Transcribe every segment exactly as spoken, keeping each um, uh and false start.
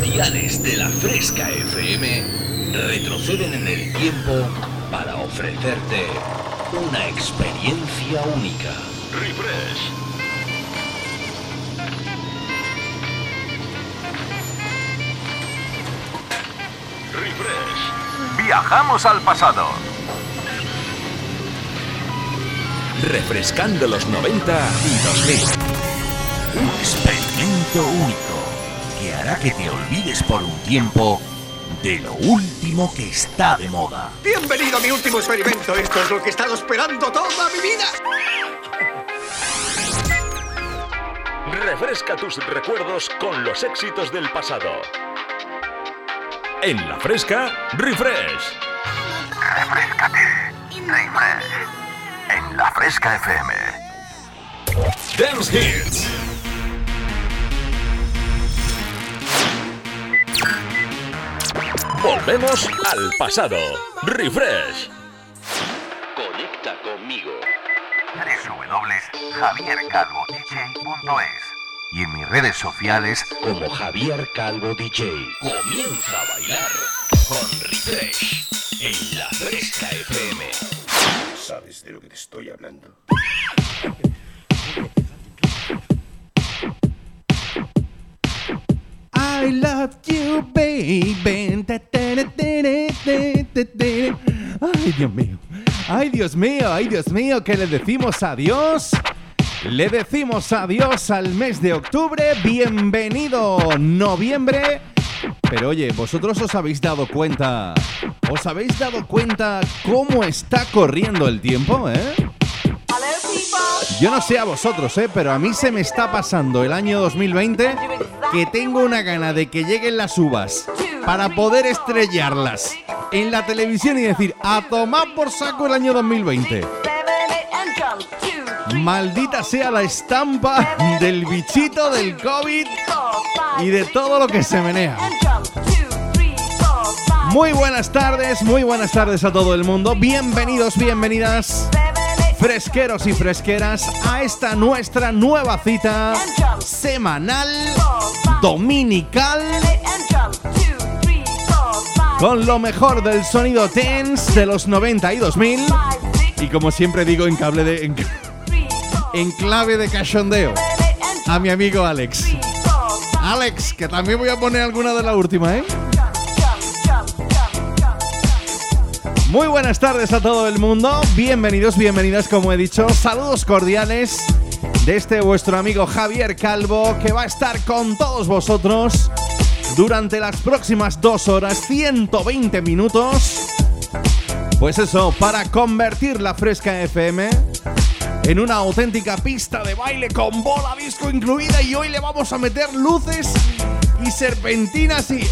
diales de la Fresca F M retroceden en el tiempo para ofrecerte una experiencia única. Refresh. Refresh. Viajamos al pasado. Refrescando los noventa y dos mil. Un experimento único que hará que te olvides por un tiempo de lo último que está de moda. Bienvenido a mi último experimento. Esto es lo que he estado esperando toda mi vida. Refresca tus recuerdos con los éxitos del pasado. En La Fresca, Refresh. Refrescate. Refresh. En La Fresca F M. Dance Hits. Volvemos al pasado. Refresh. Conecta conmigo. doble u doble u doble u punto javier calvo d j punto es y en mis redes sociales como Javier Calvo D J. Comienza a bailar con Refresh en La Fresca F M. ¿Sabes de lo que te estoy hablando? I love you, baby. Ay, Dios mío. Ay, Dios mío, ay, Dios mío, que le decimos adiós. Le decimos adiós al mes de octubre. Bienvenido noviembre. Pero oye, vosotros os habéis dado cuenta. ¿Os habéis dado cuenta cómo está corriendo el tiempo, eh? Yo no sé a vosotros, eh, pero a mí se me está pasando el año dos mil veinte que tengo una gana de que lleguen las uvas para poder estrellarlas en la televisión y decir, a tomar por saco el año dos mil veinte. Maldita sea la estampa del bichito, del COVID y de todo lo que se menea. Muy buenas tardes, muy buenas tardes a todo el mundo. Bienvenidos, bienvenidas, fresqueros y fresqueras, a esta nuestra nueva cita semanal, dominical, con lo mejor del sonido dance de los noventa y dos mil. Y como siempre digo, en cable de en, en clave de cachondeo, a mi amigo Alex. Alex, que también voy a poner alguna de la última, ¿eh? Muy buenas tardes a todo el mundo. Bienvenidos, bienvenidas, como he dicho. Saludos cordiales de este vuestro amigo Javier Calvo, que va a estar con todos vosotros durante las próximas dos horas, ciento veinte minutos. Pues eso, para convertir La Fresca F M en una auténtica pista de baile con bola disco incluida, y hoy le vamos a meter luces y serpentinas y...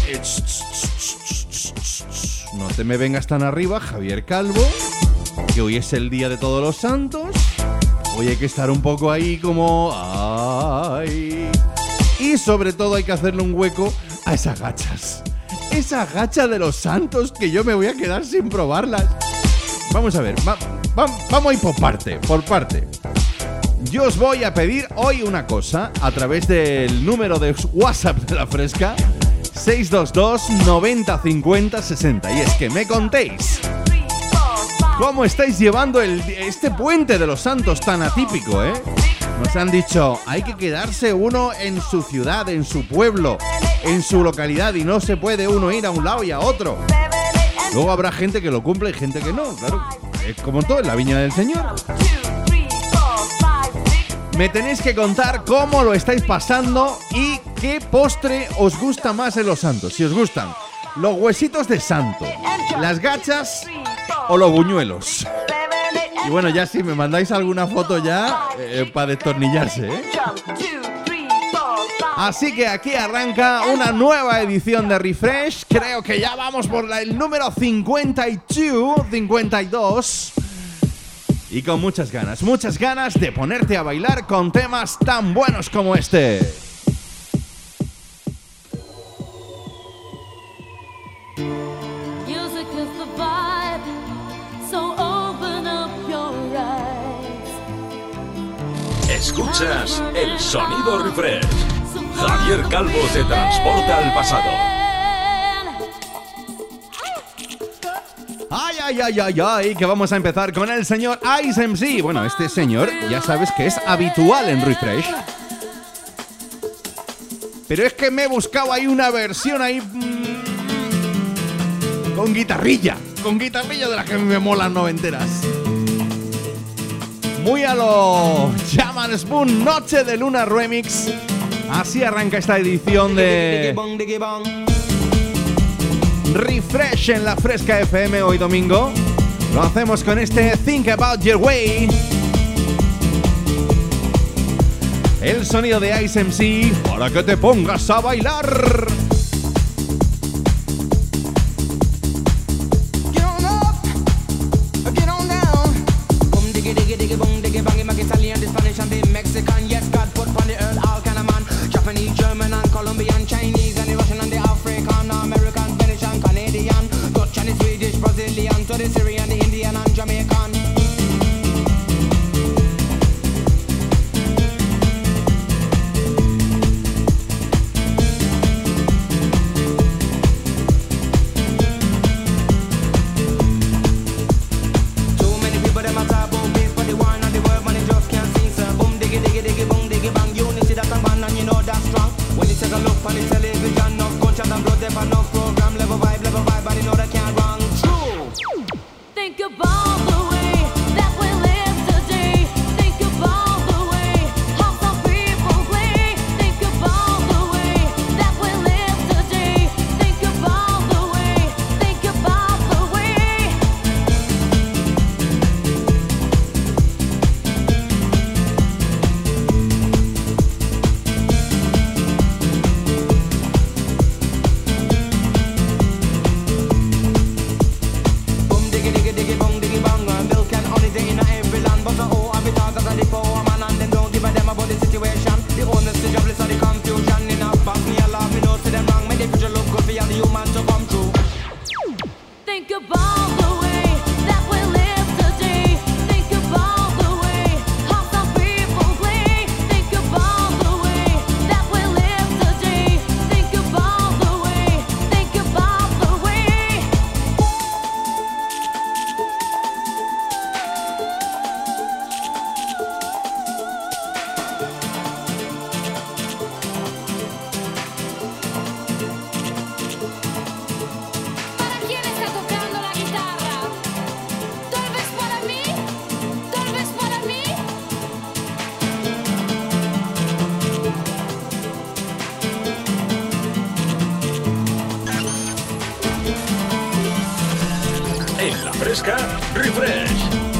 No te me vengas tan arriba, Javier Calvo, que hoy es el día de Todos los Santos. Hoy hay que estar un poco ahí como... ¡Ay! Y sobre todo hay que hacerle un hueco a esas gachas. Esa gacha de los santos que yo me voy a quedar sin probarlas. Vamos a ver, va, va, vamos a ir por parte, por parte. Yo os voy a pedir hoy una cosa a través del número de WhatsApp de La Fresca, seis dos dos, noventa, cincuenta, sesenta. Y es que me contéis cómo estáis llevando el, este puente de los santos tan atípico, ¿eh? Nos han dicho, hay que quedarse uno en su ciudad, en su pueblo, en su localidad, y no se puede uno ir a un lado y a otro. Luego habrá gente que lo cumple y gente que no, claro. Es como todo en la viña del Señor. Me tenéis que contar cómo lo estáis pasando y qué postre os gusta más en los santos. Si os gustan los huesitos de santo, las gachas o los buñuelos. Y bueno, ya si me mandáis alguna foto ya eh, para destornillarse, ¿eh? Así que aquí arranca una nueva edición de Refresh. Creo que ya vamos por la, el número cincuenta y dos, cincuenta y dos. Y con muchas ganas, muchas ganas de ponerte a bailar con temas tan buenos como este. Escuchas el sonido Refresh. Javier Calvo te transporta al pasado. Ay, ay, ay, ay, ay, que vamos a empezar con el señor Ice M C. Bueno, este señor ya sabes que es habitual en Refresh. Pero es que me he buscado ahí una versión ahí mmm, con guitarrilla, con guitarrilla de las que me molan noventeras. Muy a lo Jam Spoon, Noche de Luna Remix. Así arranca esta edición de Refresh en la Fresca F M hoy domingo. Lo hacemos con este Think About Your Way. El sonido de Ice M C para que te pongas a bailar. Refresh.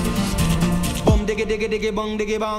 Bum diggy diggy diggy bong diggy bong.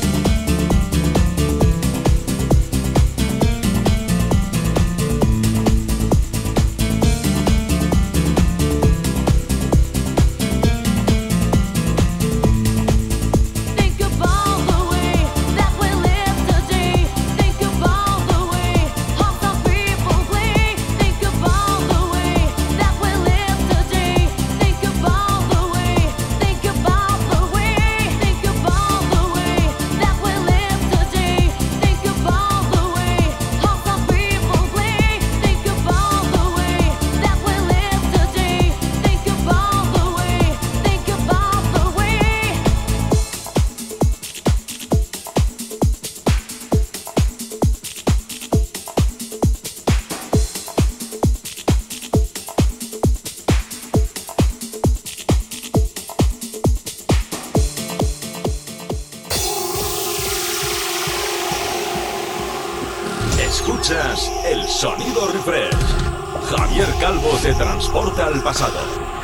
Escuchas el sonido Refresh. Javier Calvo te transporta al pasado.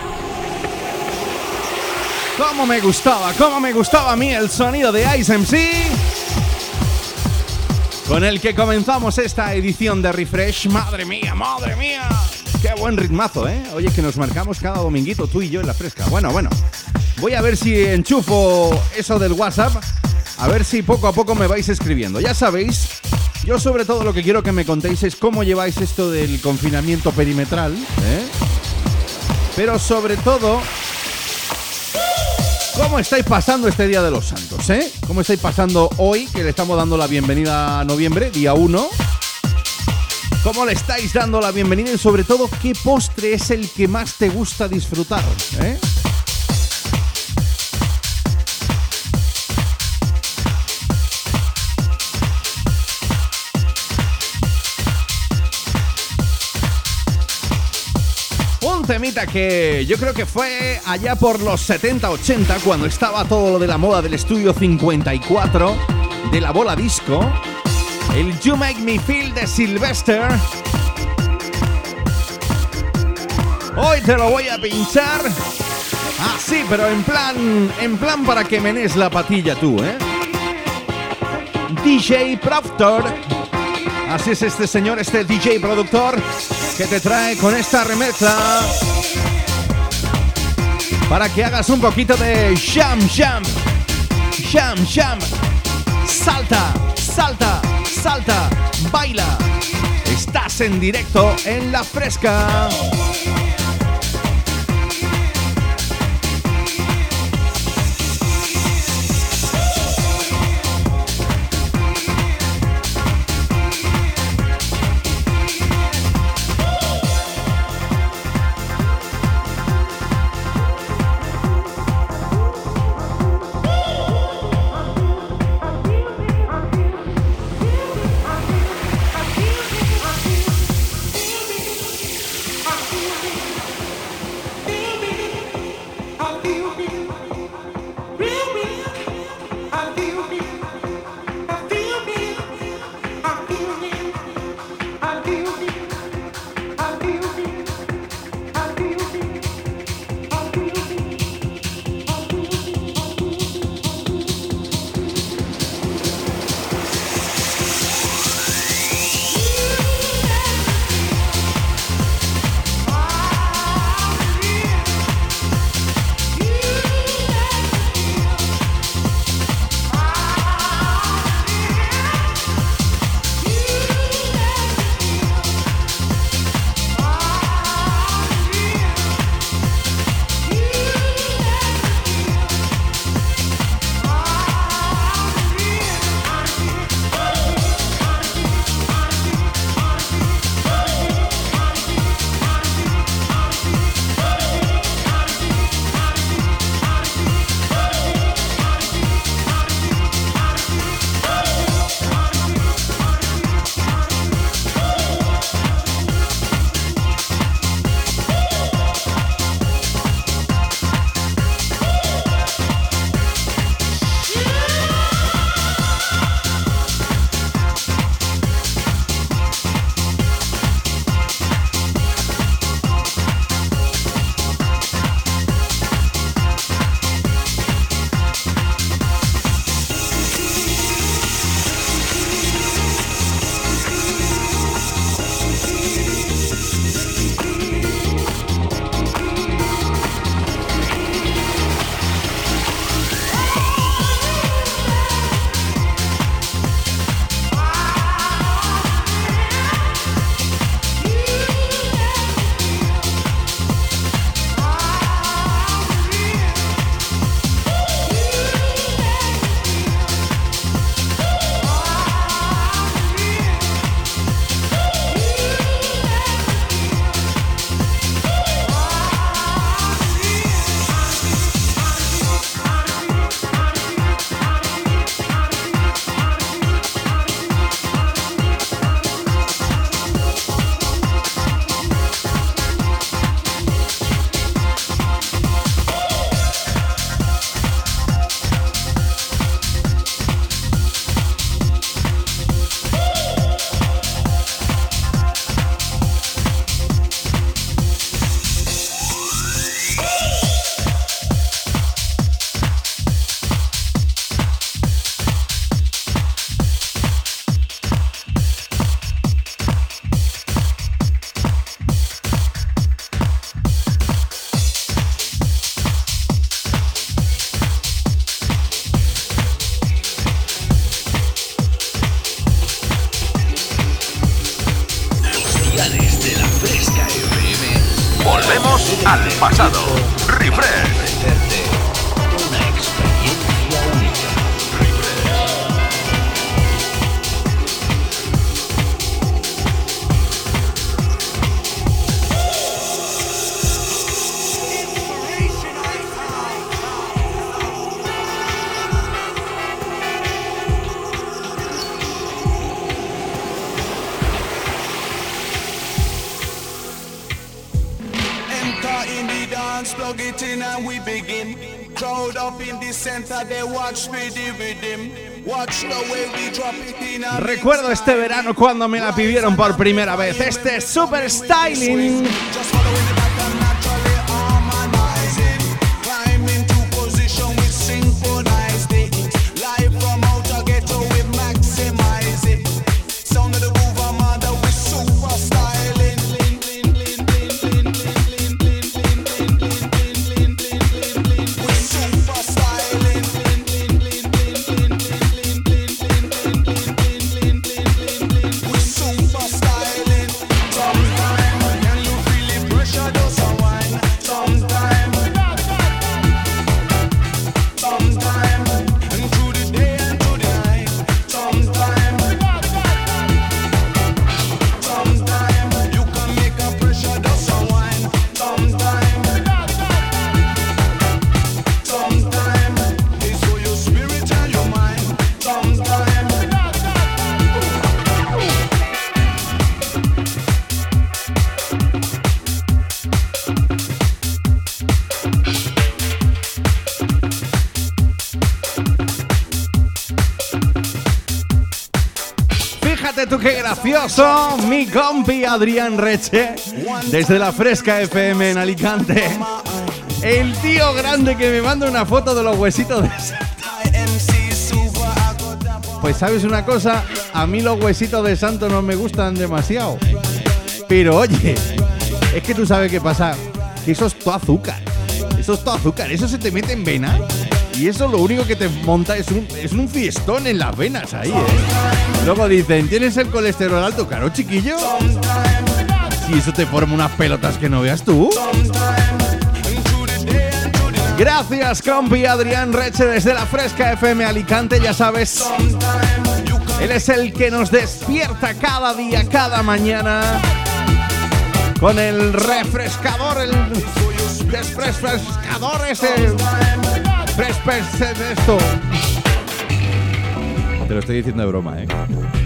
Cómo me gustaba, cómo me gustaba a mí el sonido de Ice M C, con el que comenzamos esta edición de Refresh. Madre mía, madre mía, qué buen ritmazo, ¿eh? Oye, que nos marcamos cada dominguito tú y yo en la Fresca. Bueno, bueno, voy a ver si enchufo eso del WhatsApp, a ver si poco a poco me vais escribiendo. Ya sabéis, yo sobre todo lo que quiero que me contéis es cómo lleváis esto del confinamiento perimetral, ¿eh? Pero sobre todo, ¿cómo estáis pasando este Día de los Santos, eh? ¿Cómo estáis pasando hoy, que le estamos dando la bienvenida a noviembre, día uno? ¿Cómo le estáis dando la bienvenida y sobre todo qué postre es el que más te gusta disfrutar? ¿Eh? Un temita que yo creo que fue allá por los setenta ochenta, cuando estaba todo lo de la moda del estudio cincuenta y cuatro, de la bola disco. El You Make Me Feel de Sylvester. Hoy te lo voy a pinchar. Ah, sí, pero en plan, en plan para que menes la patilla tú, ¿eh? D J Proctor. Así es este señor, este D J productor, que te trae con esta remezcla para que hagas un poquito de jam, jam, jam, jam. Salta, salta, salta, baila. Estás en directo en La Fresca. al pasado. Refresh. Una experiencia única. dance, plug it in and we begin. Crowd up in the center, they watch me the rhythm. Watch the way we drop it in. Recuerdo este verano cuando me la pidieron por primera vez. Este es Super Styling. Just following the pattern, naturally harmonizing. Climb into position, we synchronize it. Live from outer ghetto, we maximize it. Sound of the groove, our mother, we super styling. We super styling. We super styling. Sometime, can you feel it? Pressure does a wine. Sometime, sometime, and through the day and through the night. Sometime, sometime, you can make a pressure does a wine. Sometime, sometime, it's for your spirit and your mind. Sometime. Fíjate tú qué gracioso, mi compi Adrián Reche, desde la Fresca F M en Alicante. El tío grande que me manda una foto de los huesitos de Santo. Pues sabes una cosa, a mí los huesitos de Santo no me gustan demasiado. Pero oye, es que tú sabes qué pasa, que eso es todo azúcar. Eso es todo azúcar, eso se te mete en vena. Y eso lo único que te monta es un, es un fiestón en las venas ahí, ¿eh? Luego dicen, ¿tienes el colesterol alto? Claro, chiquillo. Si eso te forma unas pelotas que no veas tú. Gracias, compi Adrián Reche desde la Fresca F M Alicante, ya sabes. Él es el que nos despierta cada día, cada mañana. Con el refrescador, el desfrescador ese. Fresca de esto. Te lo estoy diciendo de broma, ¿eh?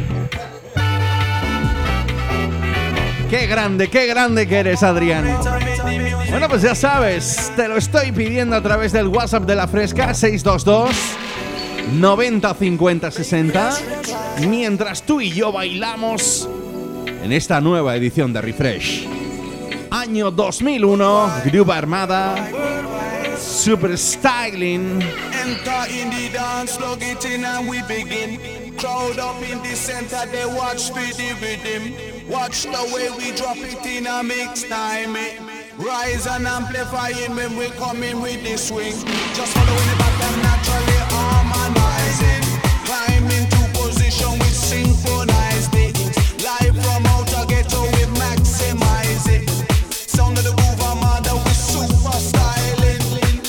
Qué grande, qué grande que eres, Adrián. Bueno, pues ya sabes, te lo estoy pidiendo a través del WhatsApp de la Fresca, seis dos dos, noventa, cincuenta, sesenta, mientras tú y yo bailamos en esta nueva edición de Refresh. Año dos mil uno, Grupo Armada, Super Styling. Enter in the dance, plug it in and we begin. Crowd up in the center, they watch for the rhythm. Watch the way we drop it in a mix time. eh. Rise and amplifying when we come in with the swing. Just following the pattern, naturally harmonizing. Climb into position, we synchronize it. Live from outer ghetto, we maximize it. Sound of the groove, our mother, we super styling.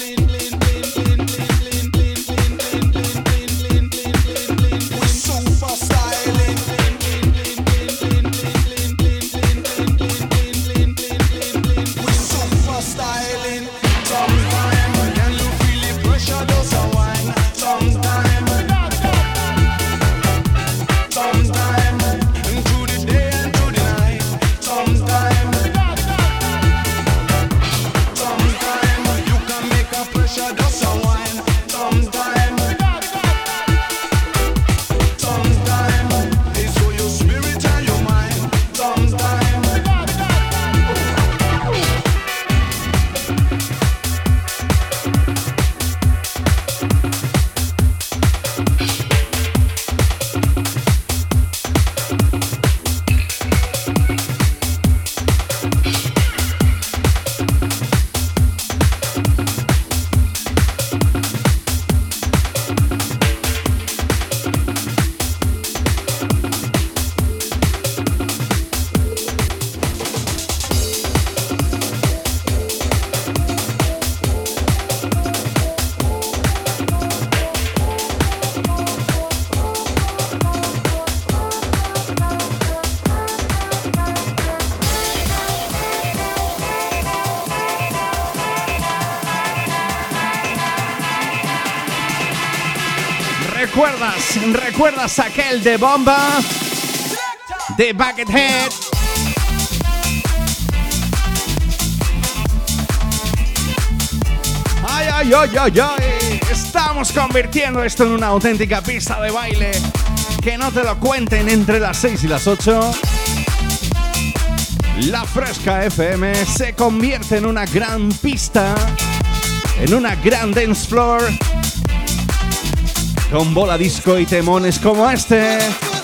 We super styling. We super styling. Sometime, can you feel it? Pressure does a wine. Sometime, sometime, and through the day and through the night. Sometime, sometime, you can make a pressure does a wine. Sometime, sometime, it's for your spirit and your mind. Sometime. ¿Recuerdas? ¿Recuerdas aquel de Bomba? De Buckethead. ay, ay, ay, ay. Estamos convirtiendo esto en una auténtica pista de baile. Que no te lo cuenten entre las seis y las ocho. La Fresca F M se convierte en una gran pista, en una gran dance floor, con bola disco y temones como este.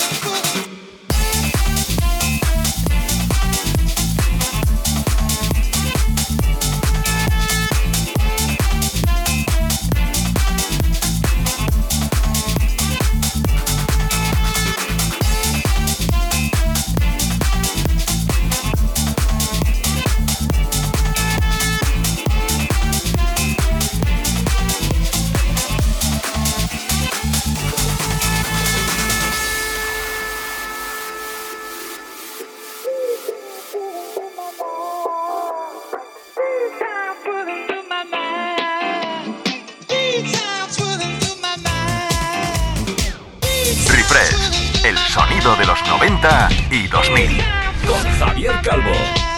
De los noventa y dos mil. Con Javier Calvo.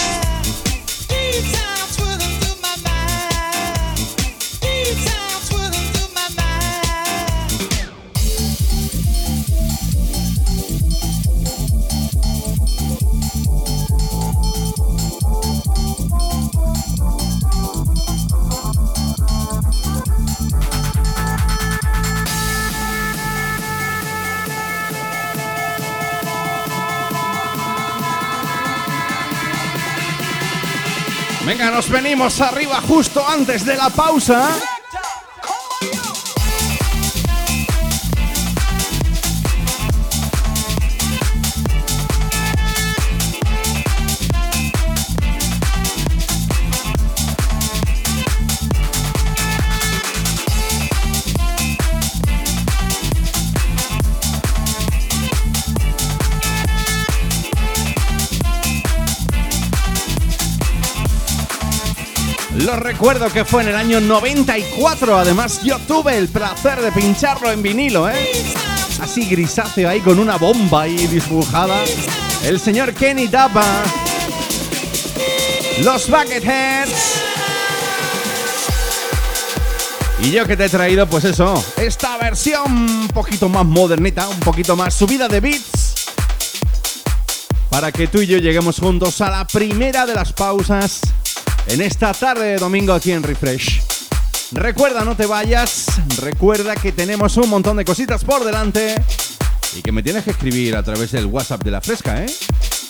Venga, nos venimos arriba justo antes de la pausa. Lo recuerdo que fue en el año noventa y cuatro. Además, yo tuve el placer de pincharlo en vinilo, ¿eh? Así grisáceo ahí con una bomba ahí dibujada. El señor Kenny Dapa. Los Bucketheads. Y yo que te he traído, pues eso, esta versión un poquito más modernita, un poquito más subida de beats, para que tú y yo lleguemos juntos a la primera de las pausas en esta tarde de domingo aquí en Refresh. Recuerda, no te vayas. Recuerda que tenemos un montón de cositas por delante y que me tienes que escribir a través del WhatsApp de La Fresca, ¿eh?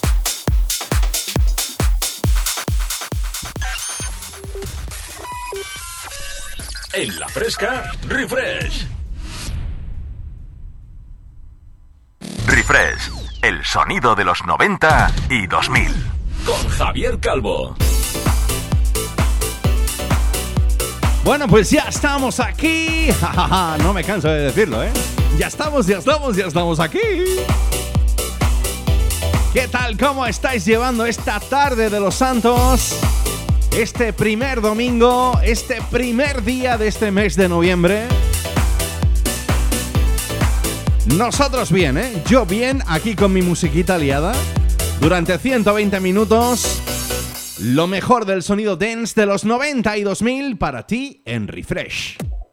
En La Fresca, Refresh. Refresh, el sonido de los noventa y dos mil. Con Javier Calvo. Bueno, pues ya estamos aquí. No me canso de decirlo, ¿eh? Ya estamos, ya estamos, ya estamos aquí. ¿Qué tal? ¿Cómo estáis llevando esta tarde de los santos? Este primer domingo, este primer día de este mes de noviembre. Nosotros bien, ¿eh? Yo bien, aquí con mi musiquita liada. Durante ciento veinte minutos. Lo mejor del sonido dance de los noventa y dos mil para ti en Refresh.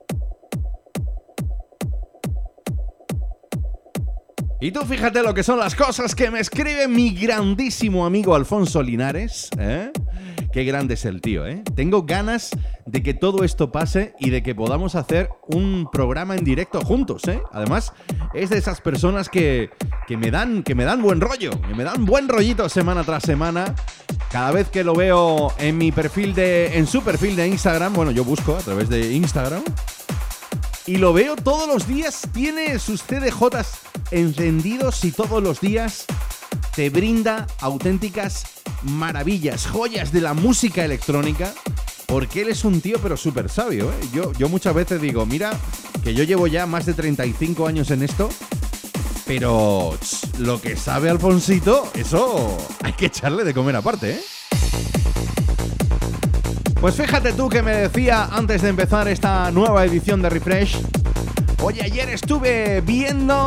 Y tú fíjate lo que son las cosas que me escribe mi grandísimo amigo Alfonso Linares, ¿eh? Qué grande es el tío, ¿eh? Tengo ganas de que todo esto pase y de que podamos hacer un programa en directo juntos, ¿eh? Además, es de esas personas que, que, me dan, que me dan buen rollo, que me dan buen rollito semana tras semana. Cada vez que lo veo en mi perfil de, en su perfil de Instagram, bueno, yo busco a través de Instagram, y lo veo todos los días, tiene sus C D Js encendidos y todos los días te brinda auténticas maravillas, joyas de la música electrónica, porque él es un tío pero súper sabio, ¿eh? Yo, yo muchas veces digo, mira, que yo llevo ya más de treinta y cinco años en esto, pero ch, lo que sabe Alfonsito, eso hay que echarle de comer aparte, ¿eh? Pues fíjate tú que me decía antes de empezar esta nueva edición de Refresh. Oye, ayer estuve viendo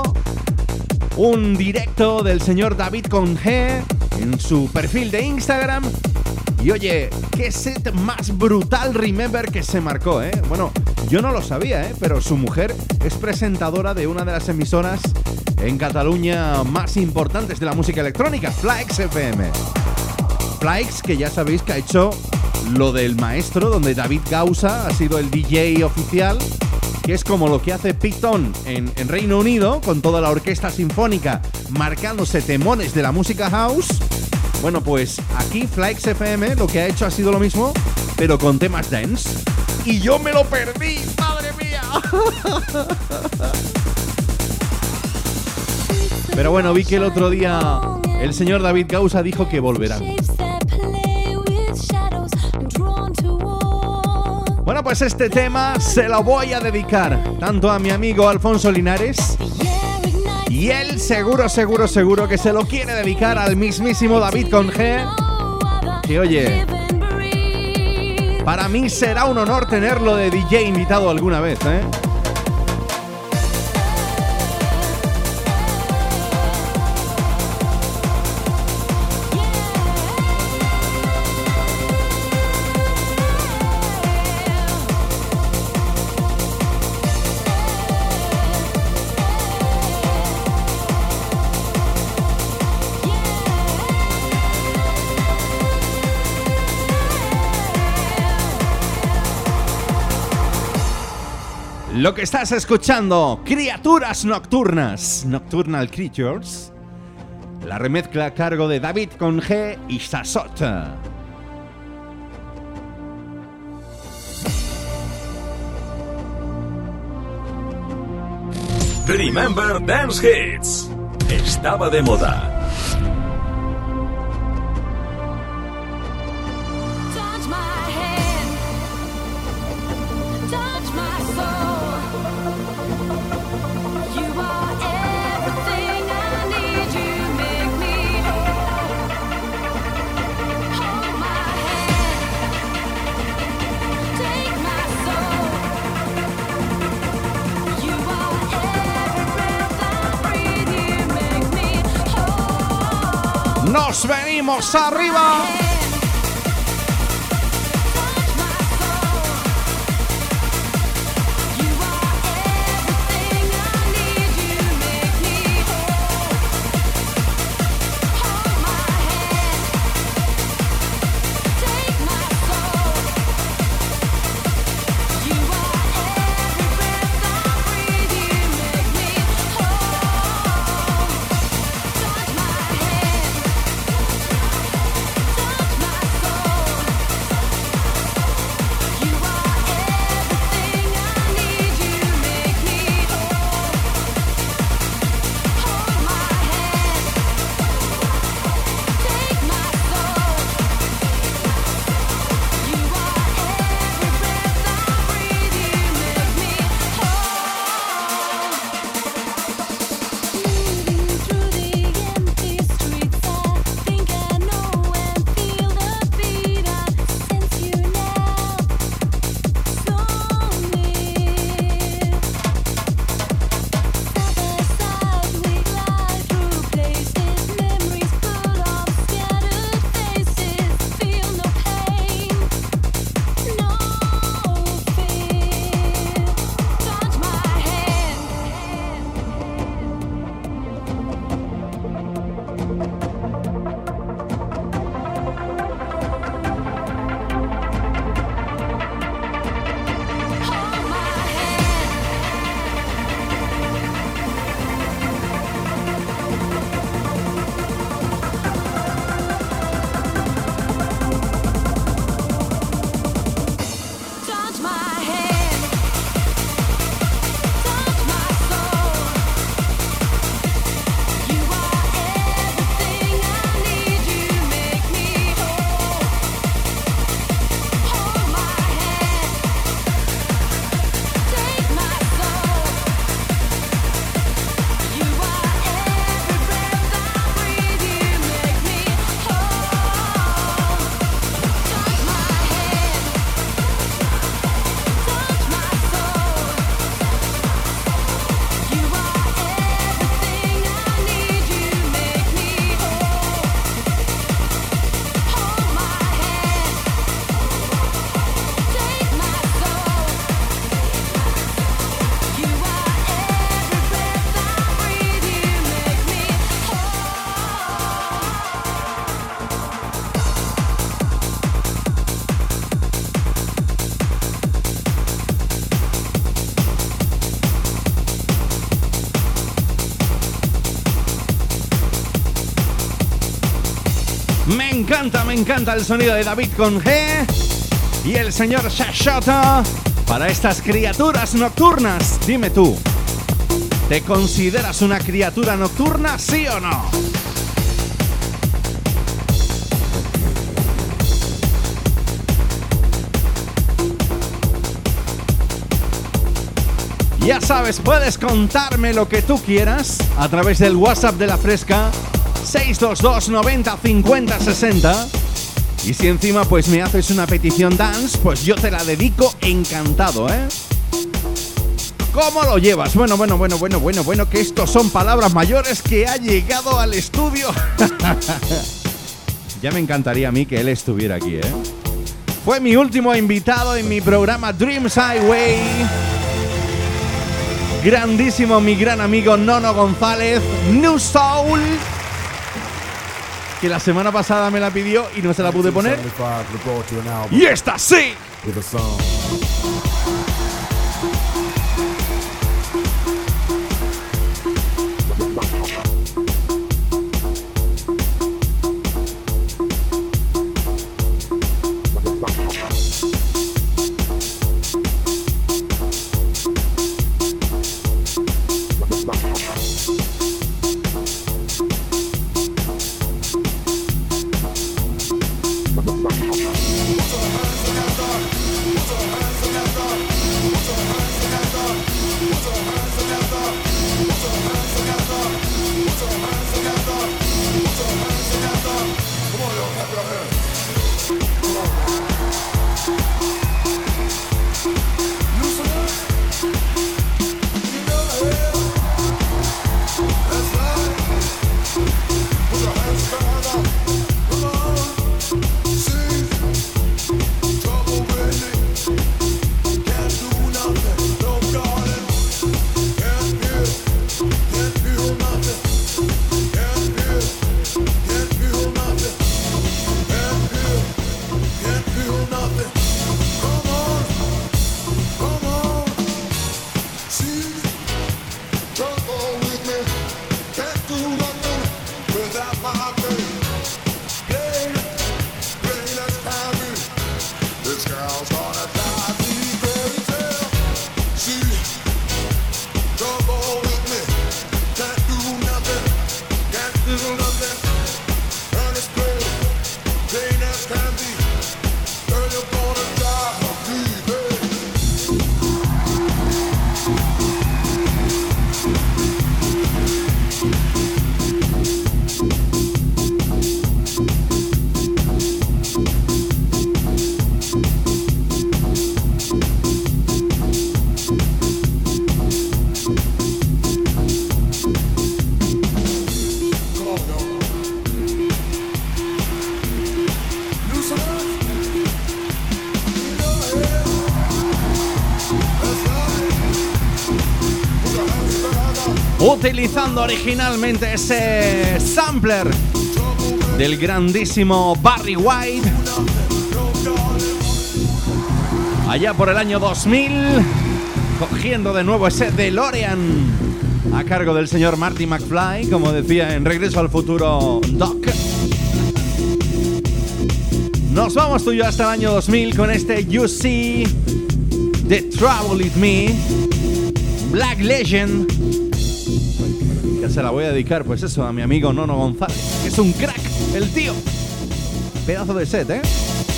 un directo del señor David Conge en su perfil de Instagram Y oye, qué set más brutal Remember que se marcó, ¿eh? Bueno, yo no lo sabía, ¿eh? Pero su mujer es presentadora de una de las emisoras en Cataluña más importantes de la música electrónica, Flaix F M. Flaix, que ya sabéis que ha hecho lo del maestro, donde David Gausa ha sido el D J oficial, que es como lo que hace Picton en, en Reino Unido, con toda la orquesta sinfónica marcándose temones de la música house. Bueno, pues aquí Flaix F M lo que ha hecho ha sido lo mismo, pero con temas dance. Y yo me lo perdí, ¡madre mía! Pero bueno, vi que el otro día el señor David Gausa dijo que volverán. Bueno, pues este tema se lo voy a dedicar tanto a mi amigo Alfonso Linares, y él seguro, seguro, seguro que se lo quiere dedicar al mismísimo David con G, que oye, para mí será un honor tenerlo de D J invitado alguna vez, ¿eh? Lo que estás escuchando, Criaturas Nocturnas, Nocturnal Creatures, la remezcla a cargo de David con G y Sasot. Remember Dance Hits. Estaba de moda. ¡Nos venimos arriba! encanta el sonido de David con G y el señor Shashota para estas criaturas nocturnas. Dime tú, ¿te consideras una criatura nocturna, sí o no? Ya sabes, puedes contarme lo que tú quieras a través del WhatsApp de La Fresca seis dos dos noventa cincuenta sesenta. Y si encima pues me haces una petición dance, pues yo te la dedico encantado, ¿eh? ¿Cómo lo llevas? Bueno, bueno, bueno, bueno, bueno, bueno, que estos son palabras mayores que ha llegado al estudio. Ya me encantaría a mí que él estuviera aquí, ¿eh? Fue mi último invitado en mi programa Dreams Highway. Grandísimo mi gran amigo Nono González, New Soul, que la semana pasada me la pidió y no se la pude poner. Y esta sí. Utilizando originalmente ese sampler del grandísimo Barry White allá por el año dos mil, cogiendo de nuevo ese DeLorean a cargo del señor Marty McFly, como decía en Regreso al Futuro Doc. Nos vamos tú y yo hasta el año dos mil con este You See The Trouble With Me, Black Legend. Ya se la voy a dedicar, pues eso, a mi amigo Nono González, que es un crack, el tío. Pedazo de set, ¿eh?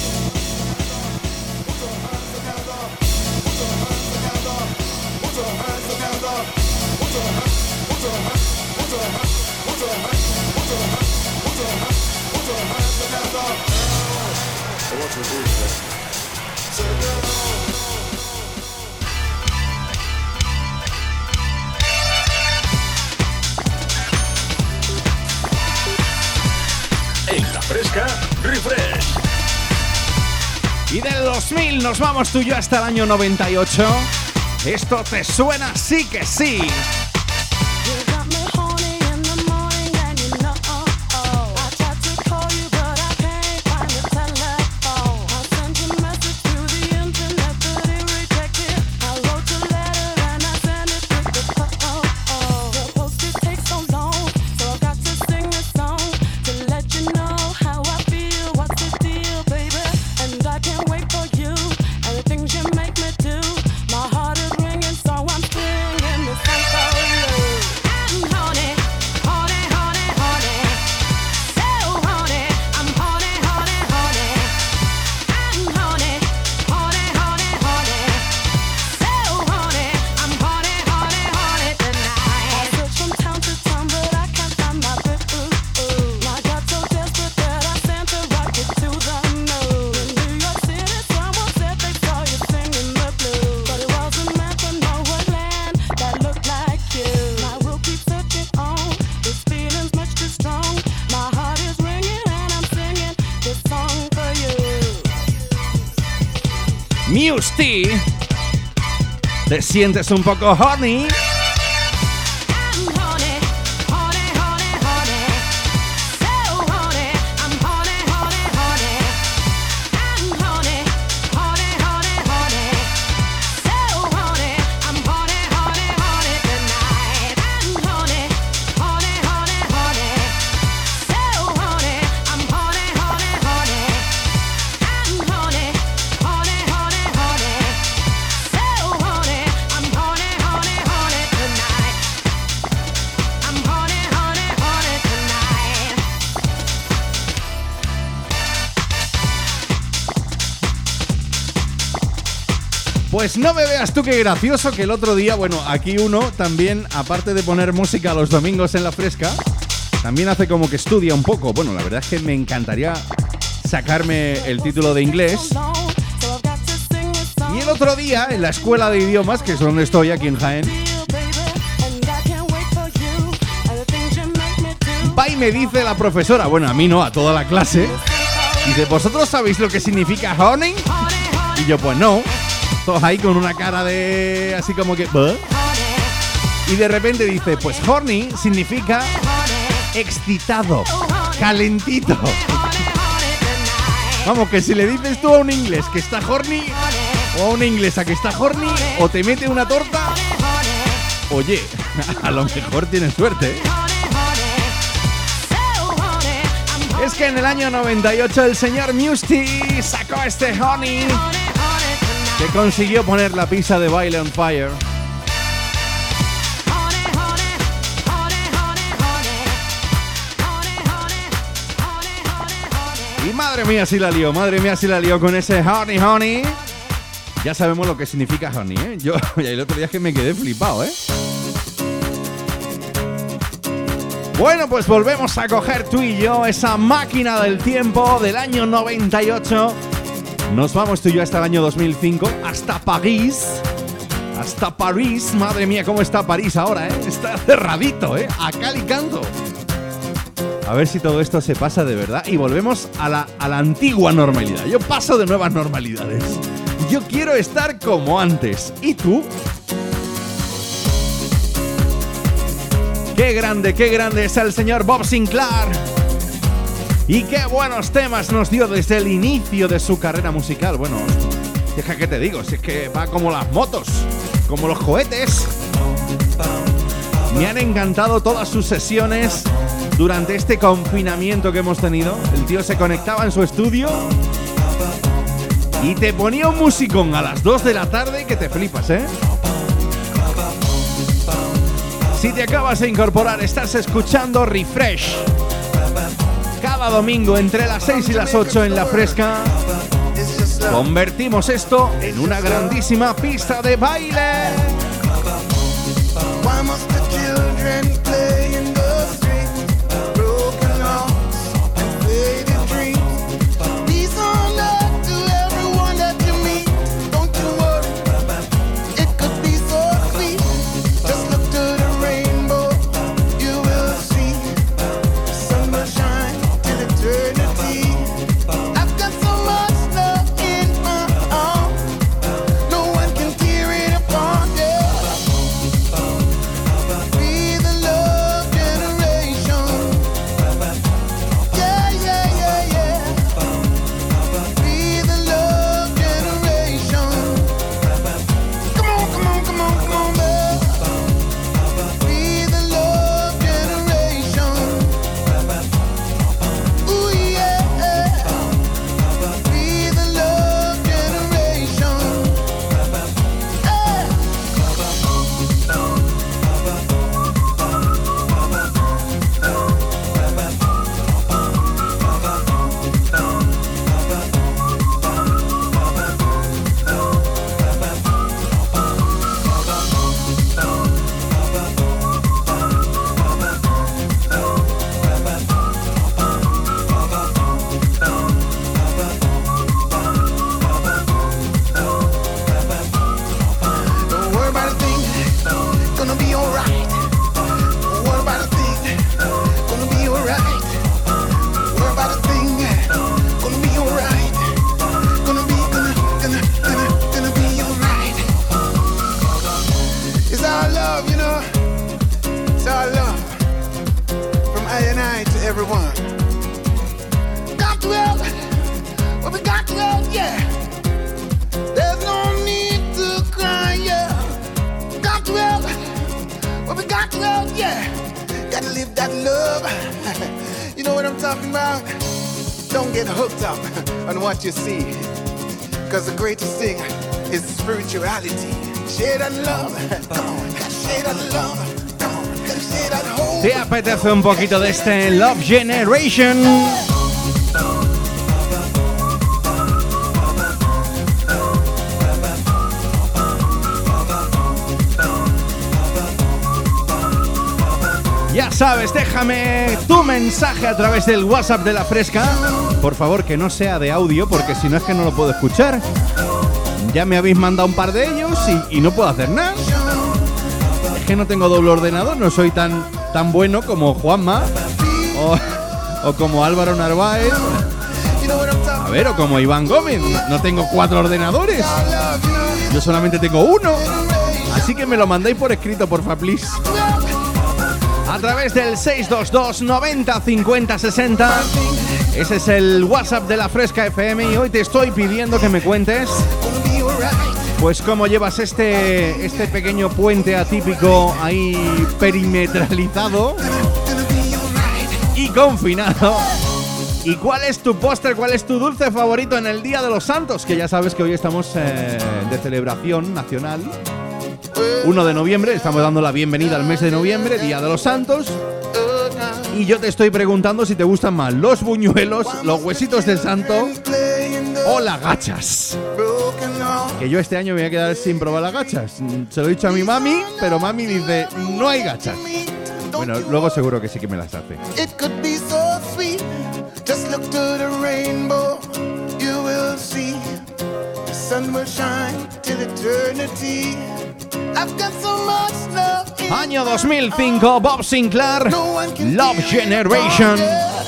En La Fresca, Refresh. Y del dos mil nos vamos tú y yo hasta el año noventa y ocho. Esto te suena sí que sí. Muse T. ¿Te sientes un poco horny? Pues no me veas tú qué gracioso que el otro día, bueno, aquí uno también, aparte de poner música los domingos en La Fresca, también hace como que estudia un poco. Bueno, la verdad es que me encantaría sacarme el título de inglés. Y el otro día, en la escuela de idiomas, que es donde estoy aquí en Jaén, va y me dice la profesora, bueno, a mí no, a toda la clase, dice, ¿vosotros sabéis lo que significa honey? Y yo, pues no. Todos ahí con una cara de... así como que... ¿bah? Y de repente dice, pues horny significa excitado, calentito. Vamos, que si le dices tú a un inglés que está horny, o a una inglesa que está horny, o te mete una torta, oye, a lo mejor tienes suerte, ¿eh? Es que en el año noventa y ocho el señor Muse T sacó este honey, que consiguió poner la pista de baile on fire. Y madre mía si la lió, madre mía si la lió con ese honey honey. Ya sabemos lo que significa honey, ¿eh? Yo el otro día es que me quedé flipado, ¿eh? Bueno, pues volvemos a coger tú y yo esa máquina del tiempo del año noventa y ocho. Nos vamos tú y yo hasta el año dos mil cinco, hasta París, hasta París. Madre mía, cómo está París ahora, ¿eh? Está cerradito, ¿eh? A cal y canto. A ver si todo esto se pasa de verdad y volvemos a la, a la antigua normalidad. Yo paso de nuevas normalidades. Yo quiero estar como antes. ¿Y tú? Qué grande, qué grande es el señor Bob Sinclair. Y qué buenos temas nos dio desde el inicio de su carrera musical. Bueno, deja que te digo, si es que va como las motos, como los cohetes. Me han encantado todas sus sesiones durante este confinamiento que hemos tenido. El tío se conectaba en su estudio y te ponía un musicón a las dos de la tarde que te flipas, ¿eh? Si te acabas de incorporar, estás escuchando Refresh. Cada domingo entre las seis y las ocho en La Fresca convertimos esto en una grandísima pista de baile. Yeah. yeah. There's no need to cry, yeah. Got to help, well, we got to help, yeah. Gotta live that love. You know what I'm talking about? Don't get hooked up on what you see, cause the greatest thing is spirituality. Share that love, come on, share that love, come on, share that hope. ¿Te apetece un poquito de este Love Generation? Ya sabes, déjame tu mensaje a través del WhatsApp de La Fresca. Por favor, que no sea de audio, porque si no es que no lo puedo escuchar. Ya me habéis mandado un par de ellos y, y no puedo hacer nada. Es que no tengo doble ordenador, no soy tan, tan bueno como Juanma o, o como Álvaro Narváez. A ver, o como Iván Gómez. No tengo cuatro ordenadores. Yo solamente tengo uno. Así que me lo mandáis por escrito, porfa, please. A través del seis dos dos noventa cincuenta sesenta. Ese es el WhatsApp de La Fresca F M y hoy te estoy pidiendo que me cuentes pues cómo llevas este, este pequeño puente atípico ahí perimetralizado y confinado. ¿Y cuál es tu postre, cuál es tu dulce favorito en el Día de los Santos? Que ya sabes que hoy estamos eh, de celebración nacional. uno de noviembre, estamos dando la bienvenida al mes de noviembre, Día de los Santos. Y yo te estoy preguntando si te gustan más los buñuelos, los huesitos del santo o las gachas. Que yo este año me voy a quedar sin probar las gachas. Se lo he dicho a mi mami, pero mami dice, no hay gachas. Bueno, luego seguro que sí que me las hace. Año dos mil cinco, Bob Sinclair, Love Generation.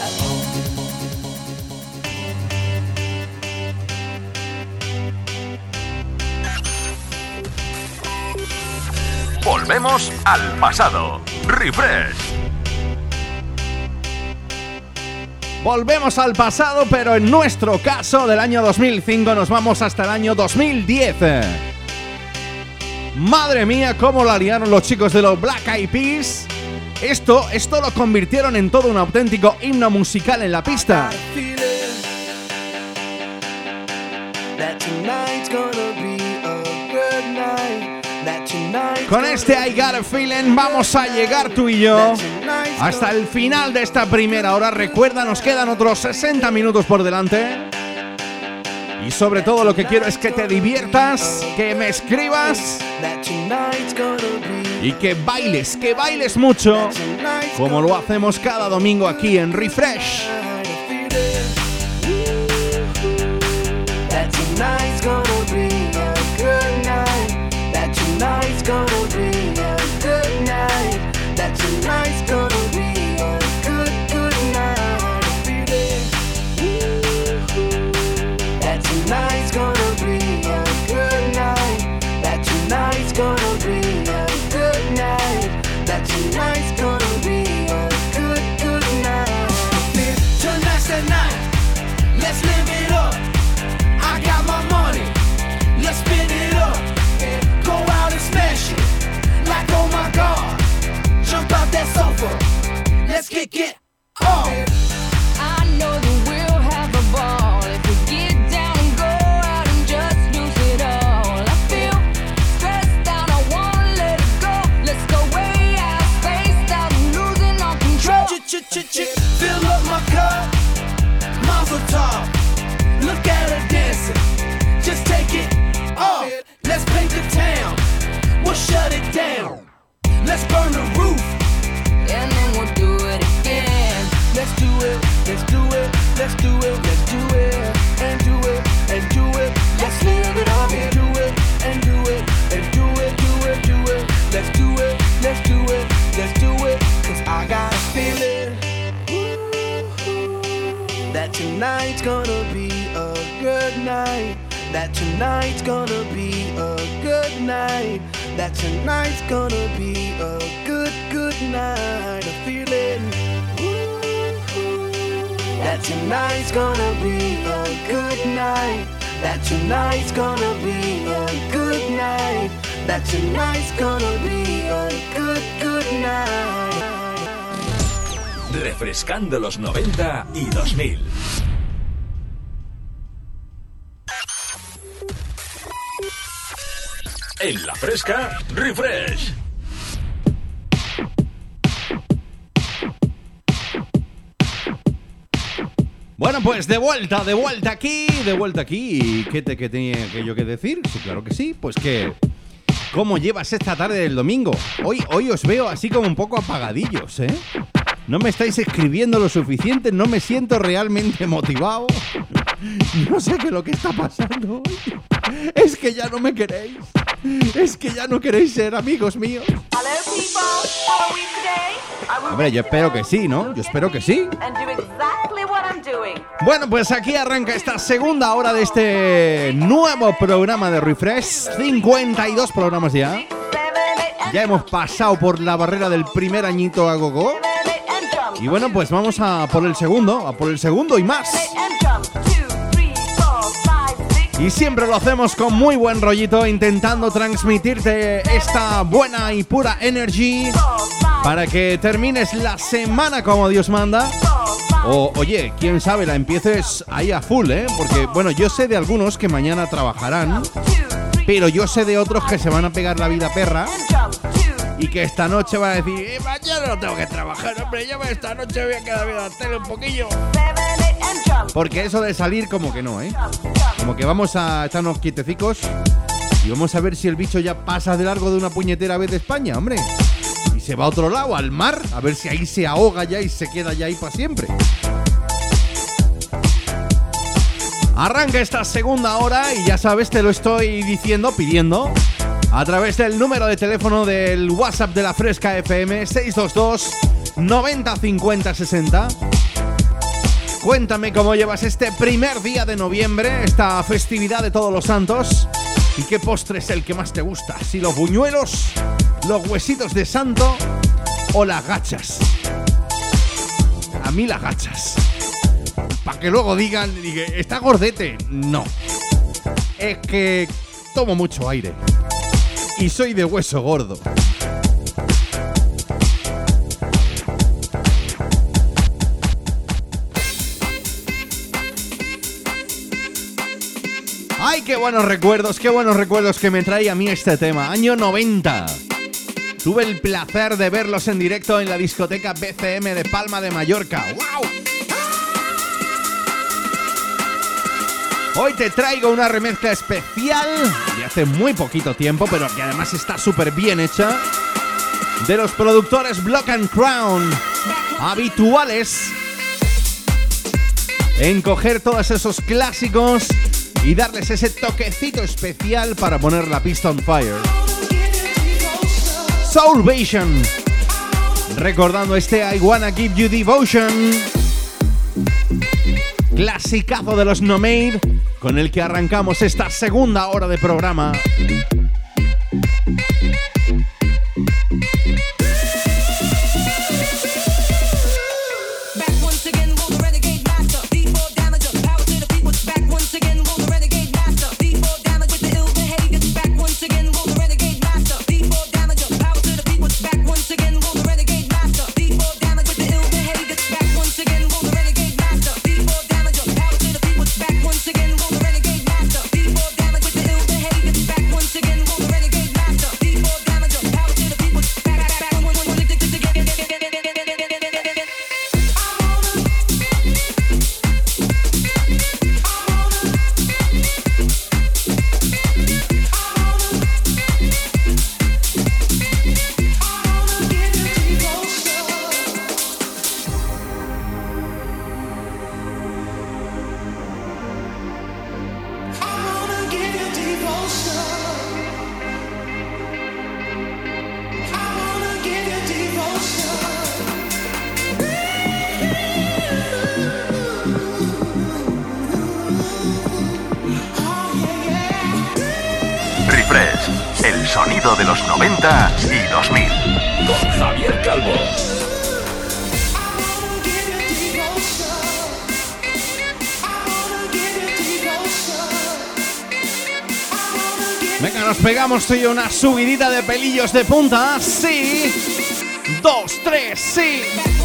Volvemos al pasado. Refresh. Volvemos al pasado, pero en nuestro caso del año dos mil cinco nos vamos hasta el año dos mil diez. Madre mía, cómo la liaron los chicos de los Black Eyed Peas. Esto, esto lo convirtieron en todo un auténtico himno musical en la pista. Con este I Got a Feeling vamos a llegar tú y yo hasta el final de esta primera hora. Recuerda, nos quedan otros sesenta minutos por delante. Y sobre todo lo que quiero es que te diviertas, que me escribas y que bailes, que bailes mucho, como lo hacemos cada domingo aquí en Refresh. Let's kick it off. I know that we'll have a ball if we get down and go out and just lose it all. I feel stressed out, I wanna let it go. Let's go way out, spaced out, losing all control. Fill up my cup, mazel tov. Look at her dancing, just take it off. Let's paint the town, we'll shut it down. Let's burn the roof, and then we'll do it again. Let's do it, let's do it, let's do it, let's do it, and do it, and do it. Let's live it up and do it, and do it, and do it, do it, do it. Let's do it, let's do it, let's do it. Cause I got a feeling that tonight's gonna be a good night. That tonight's gonna be a good night. That tonight's gonna be a good, good night. A feeling that tonight's gonna be a good night. that tonight's gonna be a good night, that tonight's gonna be a good, good night. Refrescando los noventa y dos mil. En La Fresca, Refresh. Bueno, pues de vuelta, de vuelta aquí, de vuelta aquí. ¿Qué, te, qué tenía que yo que decir? Sí, claro que sí. Pues que... ¿Cómo llevas esta tarde del domingo? Hoy, hoy os veo así como un poco apagadillos, ¿eh? No me estáis escribiendo lo suficiente, no me siento realmente motivado. No sé qué es lo que está pasando hoy. Es que ya no me queréis. Es que ya no queréis ser amigos míos. Hombre, yo espero que sí, ¿no? Yo espero que sí. Bueno, pues aquí arranca esta segunda hora de este nuevo programa de Refresh. cincuenta y dos programas ya. Ya hemos pasado por la barrera del primer añito a gogo. Y bueno, pues vamos a por el segundo, a por el segundo y más. Y siempre lo hacemos con muy buen rollito, intentando transmitirte esta buena y pura energy para que termines la semana como Dios manda. O, oye, quién sabe, la empieces ahí a full, ¿eh? Porque, bueno, yo sé de algunos que mañana trabajarán, pero yo sé de otros que se van a pegar la vida perra y que esta noche van a decir, eh, mañana no tengo que trabajar, hombre, yo esta noche voy a quedar viendo la tele un poquillo. Porque eso de salir como que no, ¿eh? Como que vamos a estarnos quietecicos y vamos a ver si el bicho ya pasa de largo de una puñetera vez de España, hombre. Y se va a otro lado, al mar, a ver si ahí se ahoga ya y se queda ya ahí para siempre. Arranca esta segunda hora y ya sabes, te lo estoy diciendo, pidiendo, a través del número de teléfono del WhatsApp de La Fresca F M, seis dos dos, noventa, cincuenta, sesenta. Cuéntame cómo llevas este primer día de noviembre, esta festividad de Todos los Santos, y qué postre es el que más te gusta, si los buñuelos, los huesitos de santo o las gachas. A mí las gachas. Para que luego digan, diga, ¿está gordete? No. Es que tomo mucho aire y soy de hueso gordo. ¡Ay, qué buenos recuerdos! ¡Qué buenos recuerdos que me trae a mí este tema! Año noventa. Tuve el placer de verlos en directo en la discoteca B C M de Palma de Mallorca. ¡Wow! Hoy te traigo una remezcla especial de hace muy poquito tiempo, pero que además está súper bien hecha, de los productores Block and Crown, habituales en coger todos esos clásicos y darles ese toquecito especial para poner la pista on fire. Soulvation, recordando este I Wanna Give You Devotion, clasicazo de los Nomade, con el que arrancamos esta segunda hora de programa. El sonido de los noventa y dos mil. Con Javier Calvo. Venga, nos pegamos tú y yo una subidita de pelillos de punta. Sí. Dos, tres, sí.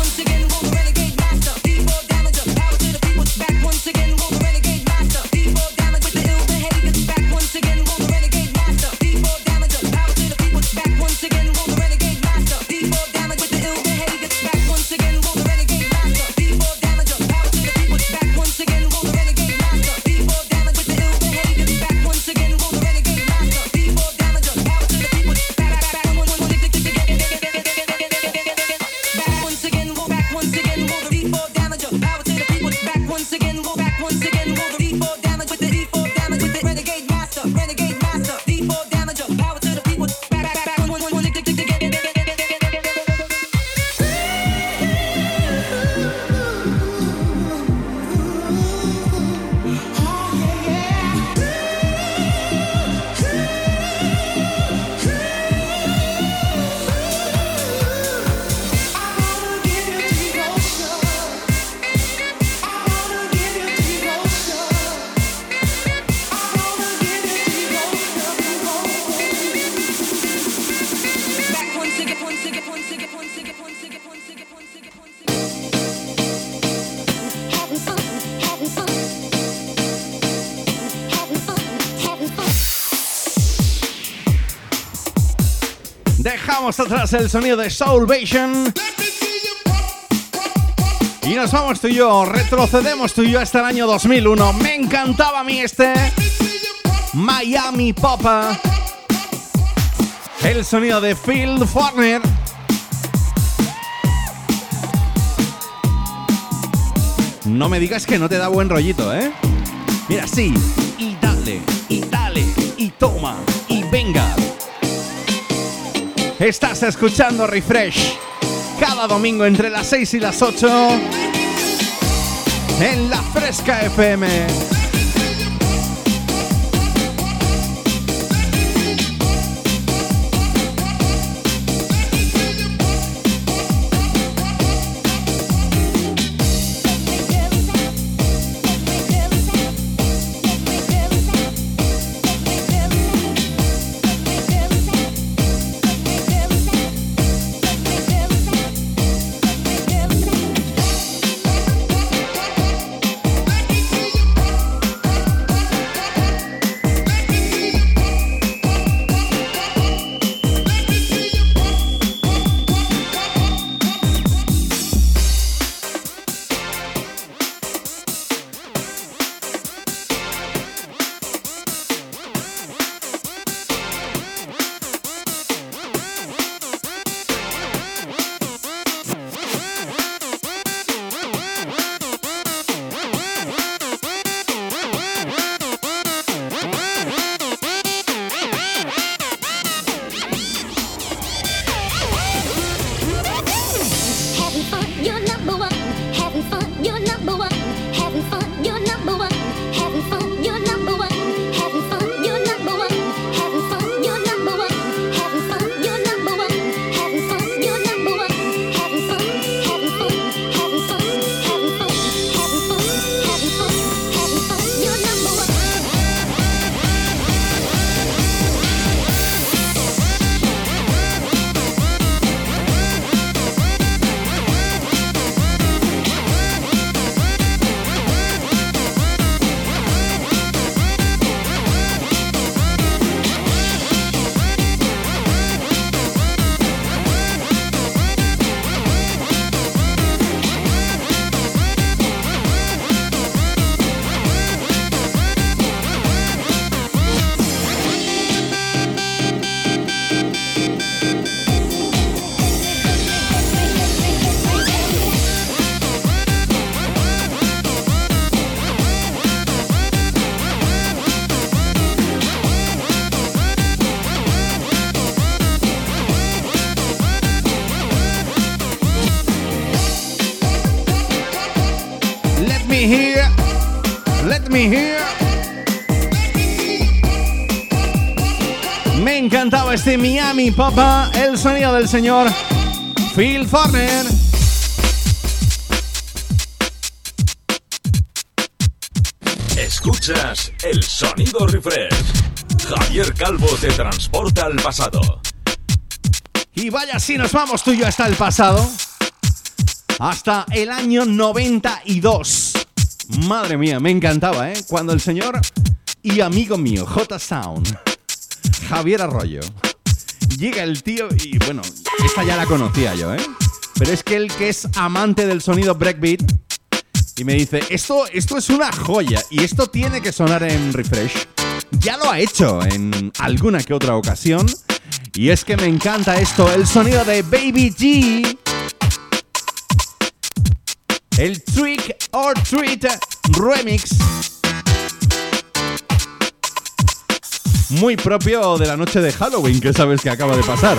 Dejamos atrás el sonido de Soulvation y nos vamos tú y yo, retrocedemos tú y yo hasta el año dos mil uno. Me encantaba a mí este Miami Popa, el sonido de Phil Foreigner. No me digas que no te da buen rollito, ¿eh? Mira, sí, y dale, y dale, y toma, y venga. Estás escuchando Refresh cada domingo entre las seis y las ocho en La Fresca F M. me hear, let me hear. Me encantaba este Miami Popa, el sonido del señor Phil Foreigner. Escuchas el sonido Refresh. Javier Calvo te transporta al pasado. Y vaya, si nos vamos tú y yo hasta el pasado. Hasta el año noventa y dos. Madre mía, me encantaba, ¿eh? Cuando el señor y amigo mío, J-Sound, Javier Arroyo, llega el tío y, bueno, esta ya la conocía yo, ¿eh? Pero es que él, que es amante del sonido breakbeat, y me dice, esto, esto es una joya y esto tiene que sonar en Refresh. Ya lo ha hecho en alguna que otra ocasión. Y es que me encanta esto, el sonido de Baby G. El Trick or Treat Remix. Muy propio de la noche de Halloween, que sabes que acaba de pasar.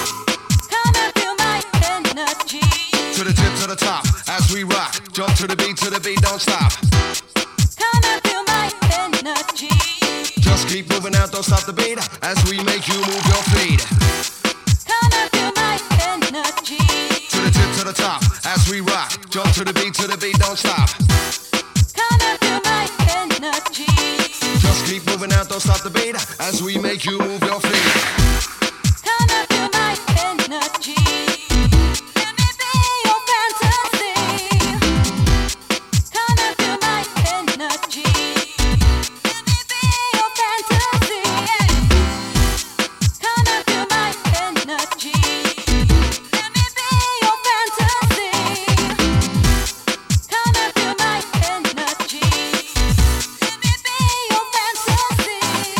To the tip, to the top, as we rock. Jump to the beat, to the beat, don't stop. Come and feel my energy. Just keep moving out, don't stop the beat, as we make you move your feet. Come and feel my energy. To the tip, to the top, as we rock. Jump to the beat, to the beat, don't stop. Come and feel my energy. Just keep moving out, don't stop the beat, as we make you move your feet. Come and feel my energy. Let me be your fantasy. Come and feel my energy. Let me be your fantasy. Come and feel my energy. Let me be your fantasy. Come and feel my energy. Let me be your fantasy.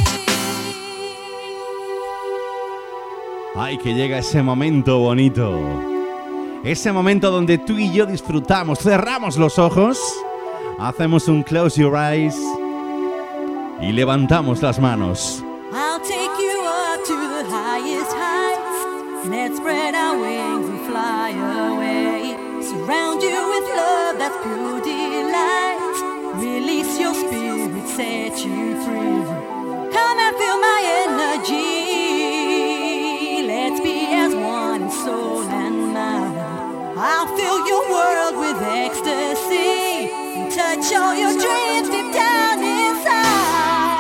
Ay, que llega ese momento bonito. Ese momento donde tú y yo disfrutamos, cerramos los ojos, hacemos un close your eyes y levantamos las manos. I'll take you up to the highest heights. Let's spread our wings and fly away. Surround you with love that's pure delight. Release your spirit, set you free. Come and feel my energy. Let's be as one in soul and mind. I'll fill your world with ecstasy and touch all your dreams deep down inside.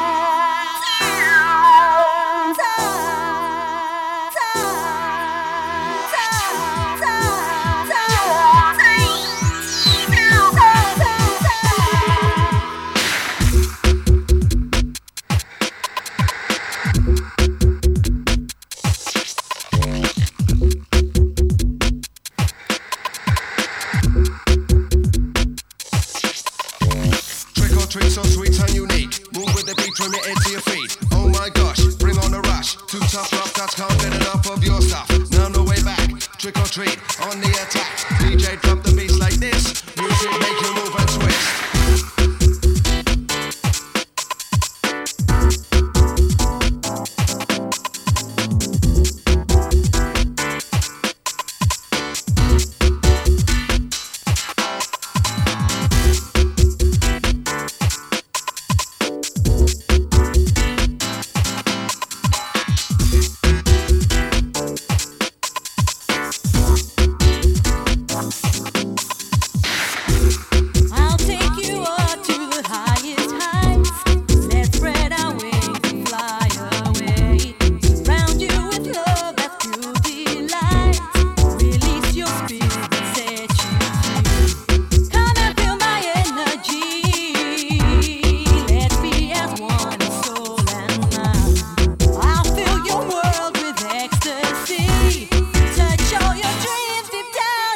Trick or treat so sweet and unique. Move with the beat from your head to your feet. Oh my gosh, bring on the rush. Too tough, rough, cats can't get enough of your stuff. Now no way back. Trick or treat on the attack. D J drop the beats like this. Music make you move and twist. I'll take you up to the highest heights. Let's spread our wings and fly away. Surround you with love that's pure delight. Release your spirit, set you free. Come and feel my energy. Let's be as one in soul and mind. I'll fill your world with ecstasy. Touch all your dreams deep down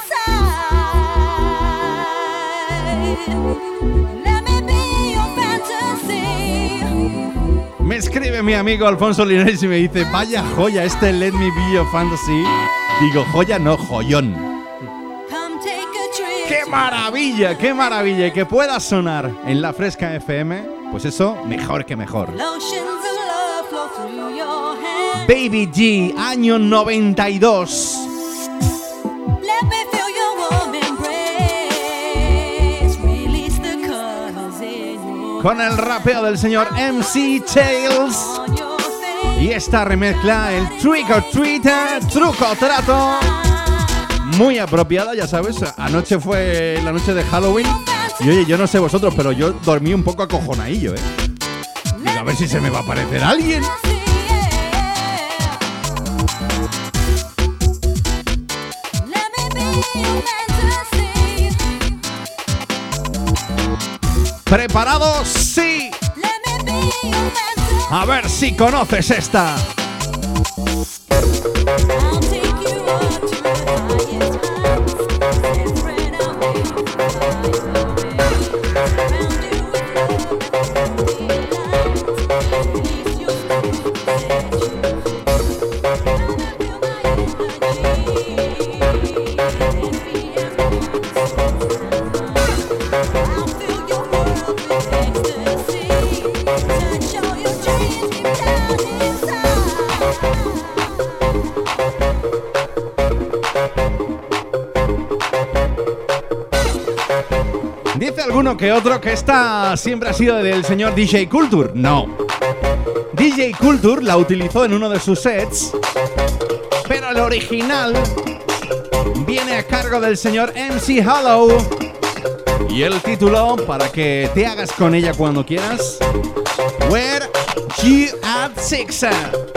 inside. Let me be your fantasy. Me escribe mi amigo Alfonso Linares y me dice, vaya joya este Let Me Be Your Fantasy. Digo, joya no, joyón. Come take a trip. ¡Qué maravilla, qué maravilla! Y que pueda sonar en la Fresca F M, pues eso, mejor que mejor. Lotions of love flow through your hands. Baby G, año noventa y dos. Let me feel your warm embrace. Release the colors in your Con el rapeo del señor M C Tails. on your face. Y esta remezcla, el Trick or Treat, truco trato. Muy apropiada, ya sabes. Anoche fue la noche de Halloween. Y oye, yo no sé vosotros, pero yo dormí un poco acojonadillo, ¿eh? Digo, a ver si se me va a aparecer alguien. ¿Preparados? Sí. A ver si conoces esta. Dice alguno que otro que esta siempre ha sido del señor D J Kultur. No. D J Kultur la utilizó en uno de sus sets, pero el original viene a cargo del señor M C Hollow. Y el título, para que te hagas con ella cuando quieras, Where You At Six.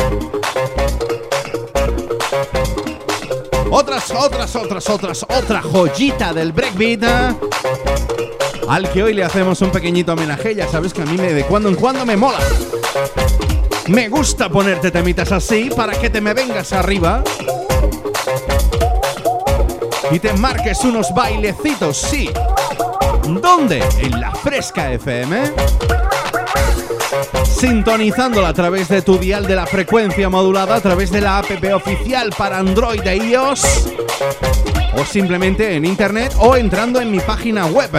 Otras, otras, otras, otras, otra joyita del breakbeat, al que hoy le hacemos un pequeñito homenaje. Ya sabes que a mí me, de cuando en cuando me mola. Me gusta ponerte temitas así para que te me vengas arriba y te marques unos bailecitos, sí. ¿Dónde? En la Fresca F M. Sintonizándola a través de tu dial de la frecuencia modulada, a través de la app oficial para Android e iOS, o simplemente en internet o entrando en mi página web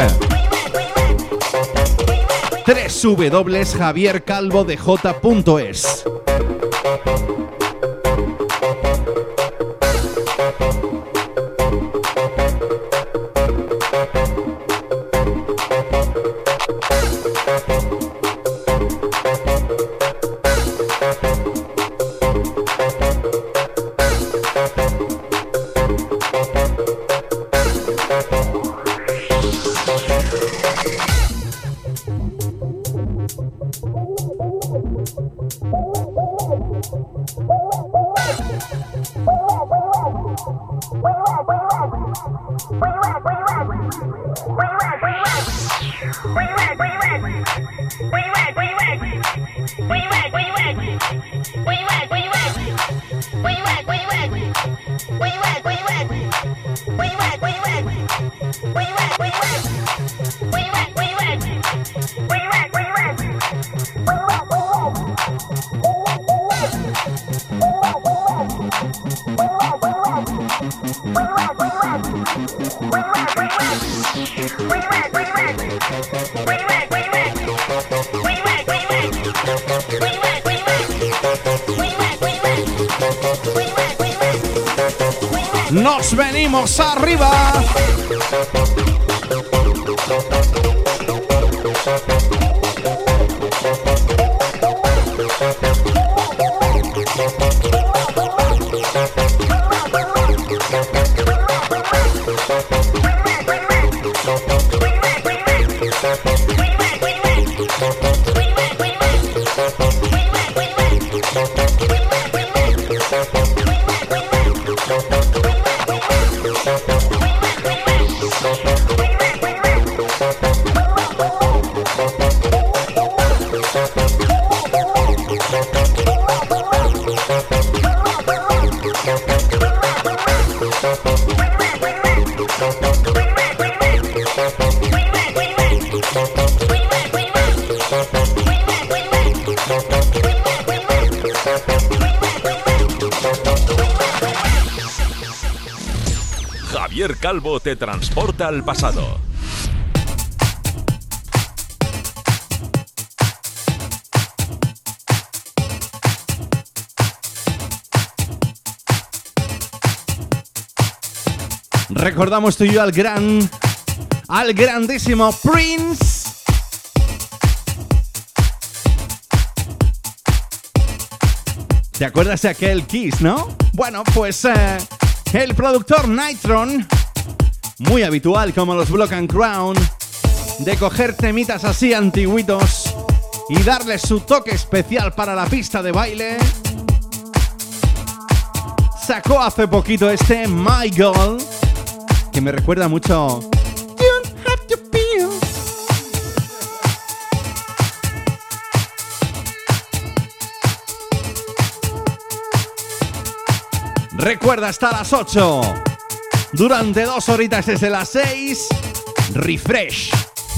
doble u doble u doble u punto javier calvo d j punto es. Nos venimos arriba. Javier Calvo te transporta al pasado. Recordamos tú y yo al gran, al grandísimo Prince. ¿Te acuerdas de aquel Kiss, no? Bueno, pues eh, el productor Nitron, muy habitual como los Block and Crown, de coger temitas así antiguitos y darle su toque especial para la pista de baile, sacó hace poquito este My Girl, que me recuerda mucho. Recuerda, hasta las ocho, durante dos horitas desde las seis, Refresh.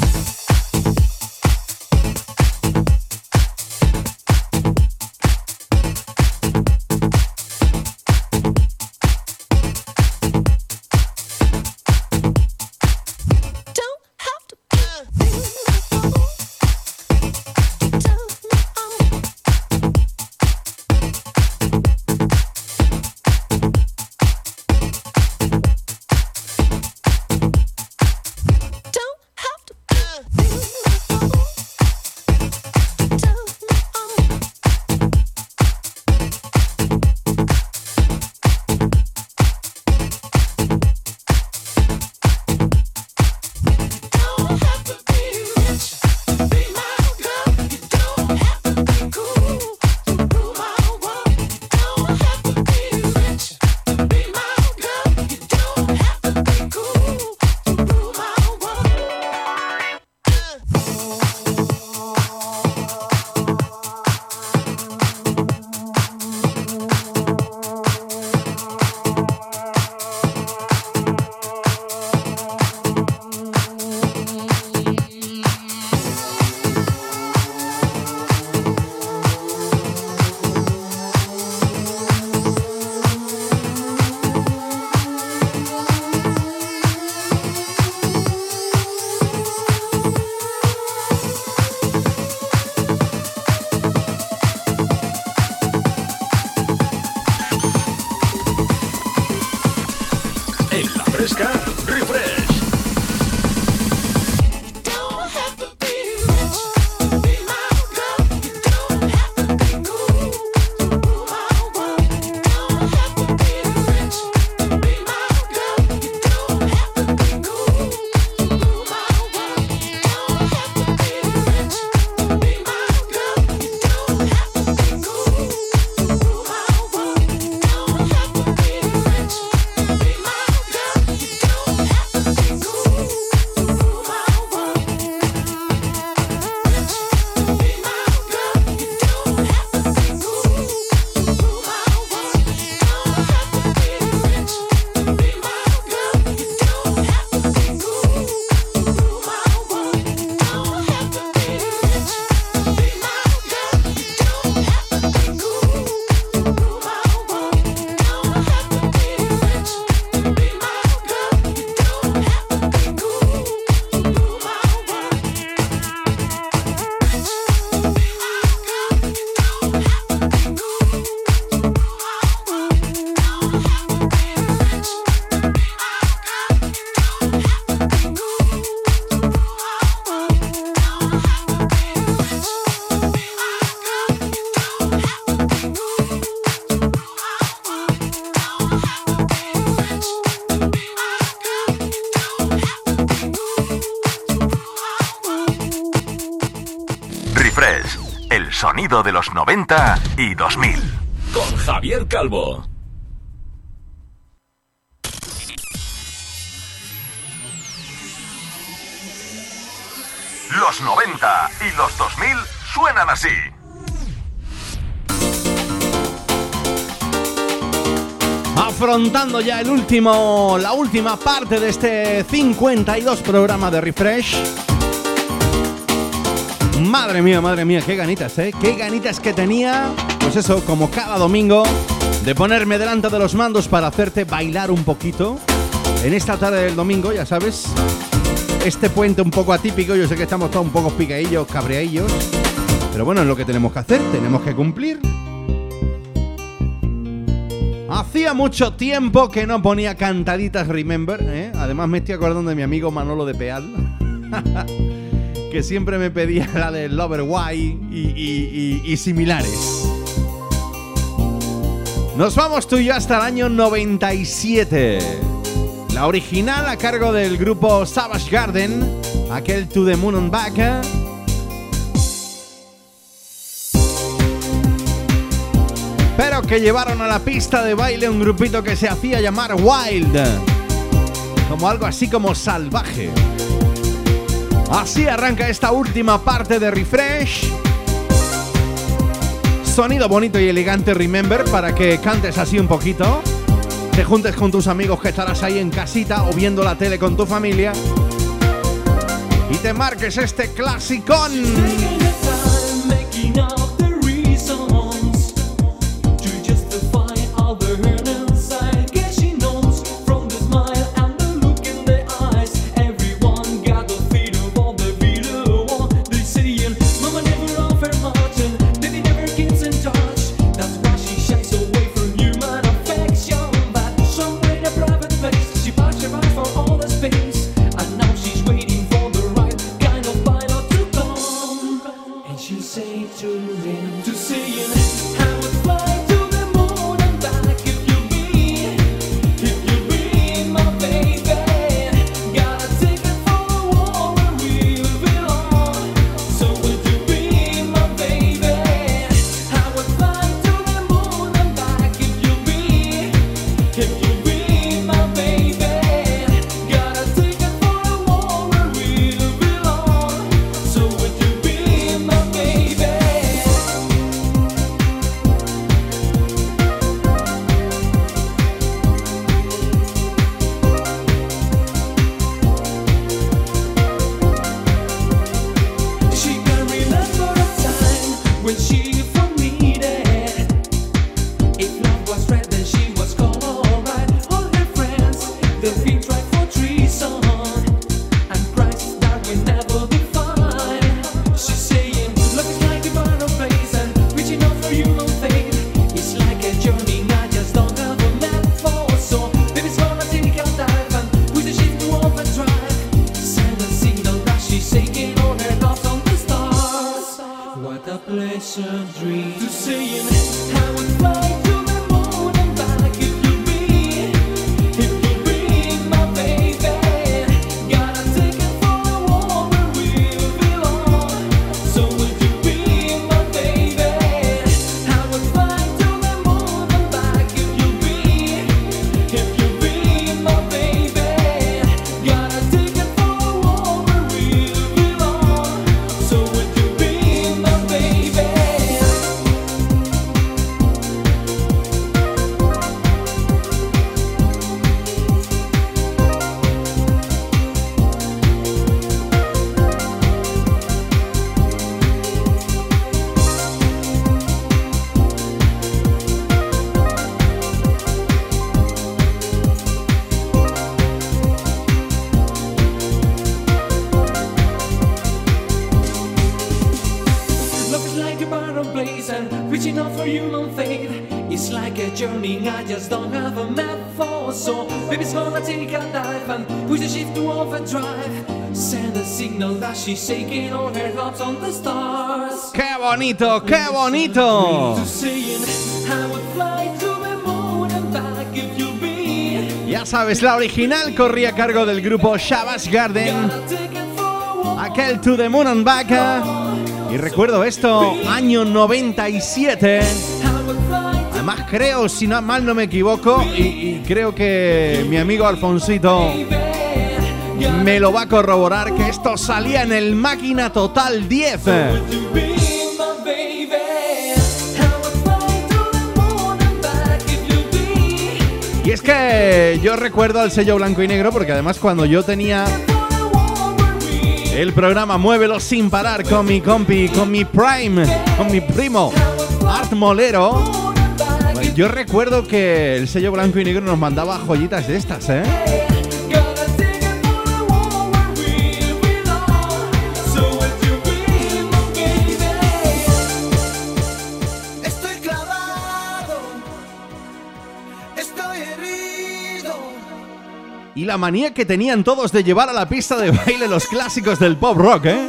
Refresh, el sonido de los noventa y dos mil. Con Javier Calvo. Los noventa y los dos mil suenan así. Afrontando ya el último, la última parte de este cincuenta y dos programa de Refresh. Madre mía, madre mía, qué ganitas, ¿eh? Qué ganitas que tenía, pues eso, como cada domingo, de ponerme delante de los mandos para hacerte bailar un poquito. En esta tarde del domingo, ya sabes, este puente un poco atípico, yo sé que estamos todos un poco picaillos, cabreadillos, pero bueno, es lo que tenemos que hacer, tenemos que cumplir. Hacía mucho tiempo que no ponía cantaditas Remember, ¿eh? Además me estoy acordando de mi amigo Manolo de Peal, que siempre me pedía la de Lover Why y, y, y, y similares. Nos vamos tú y yo hasta el año noventa y siete. La original a cargo del grupo Savage Garden, aquel To the Moon and Back. primero que llevaron a la pista de baile un grupito que se hacía llamar Wild, como algo así como salvaje. Así arranca esta última parte de Refresh. Sonido bonito y elegante, Remember, para que cantes así un poquito, te juntes con tus amigos que estarás ahí en casita o viendo la tele con tu familia y te marques este clasicón. ¡Qué bonito, qué bonito! Ya sabes, la original corría a cargo del grupo Shabazz Garden, aquel To the Moon and Back. Y recuerdo esto, año noventa y siete. Además creo, si no mal no me equivoco, y, y creo que mi amigo Alfonsito me lo va a corroborar, que esto salía en el Máquina Total diez. Y es que yo recuerdo al sello blanco y negro, porque además cuando yo tenía el programa Muévelo sin parar con mi compi, con mi prime, con mi primo Art Molero, yo recuerdo que el sello blanco y negro nos mandaba joyitas de estas, ¿eh? Y la manía que tenían todos de llevar a la pista de baile los clásicos del pop rock, ¿eh?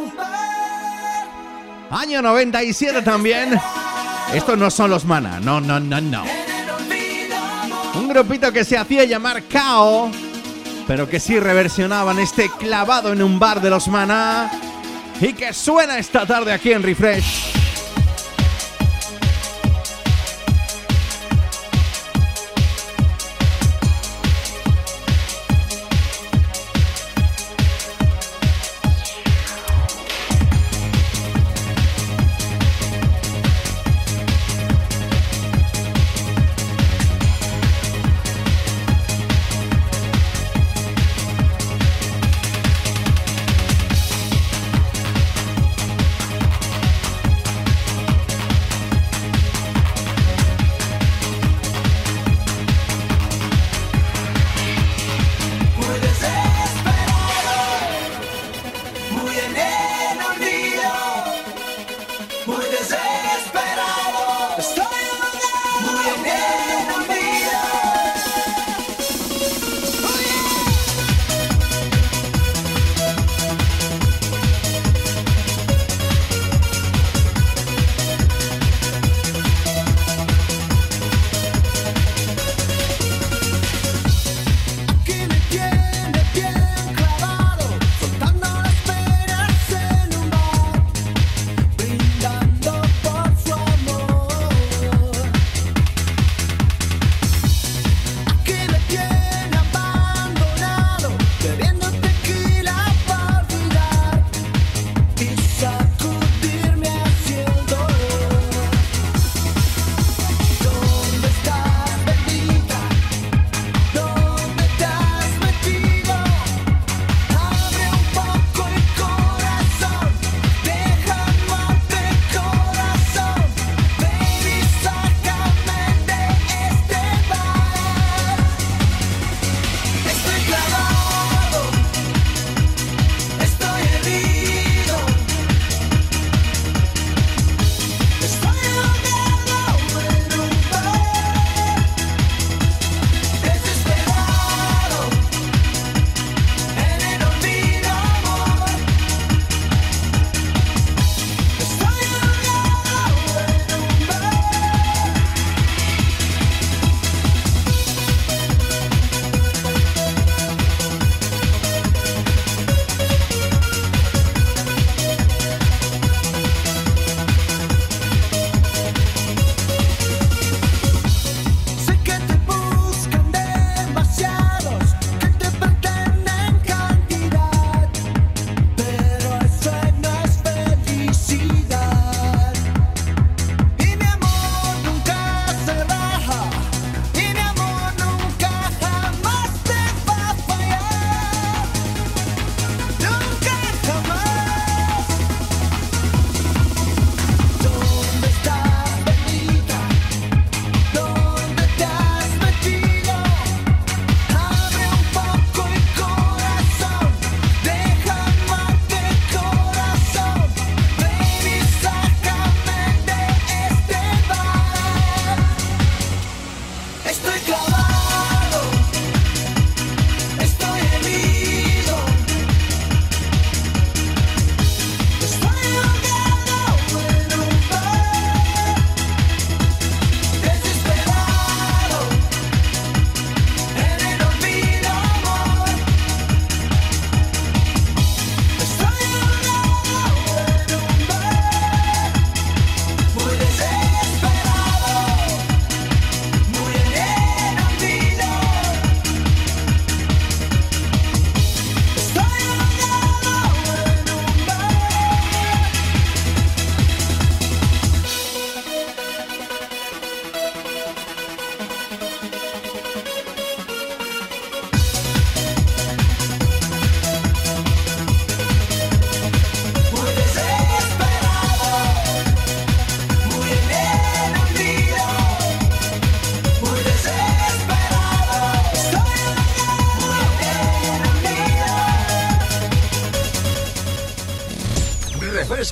Año noventa y siete también. Estos no son los Mana, no, no, no, no. Un grupito que se hacía llamar K O, pero que sí reversionaban este clavado en un bar de los Mana y que suena esta tarde aquí en Refresh.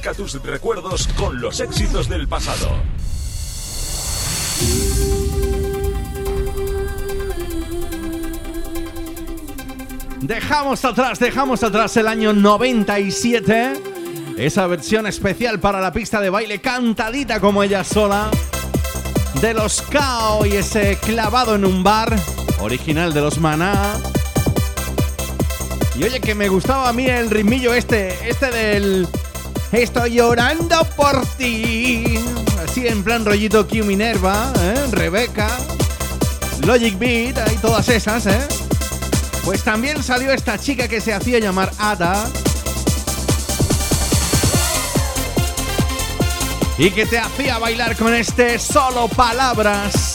Refresca tus recuerdos con los éxitos del pasado. Dejamos atrás, dejamos atrás el año noventa y siete. Esa versión especial para la pista de baile, cantadita como ella sola, de los K O y ese clavado en un bar, original de los Maná. Y oye, que me gustaba a mí el ritmillo este, este del estoy llorando por ti. Así en plan rollito Q Minerva, ¿eh? Rebeca, Logic Beat y todas esas, ¿eh? Pues también salió esta chica que se hacía llamar Ada y que te hacía bailar con este Solo Palabras.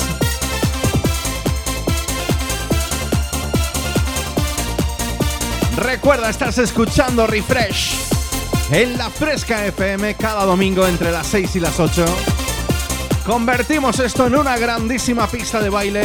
Recuerda, estás escuchando Refresh en la Fresca F M cada domingo entre las seis y las ocho. Convertimos esto en una grandísima pista de baile.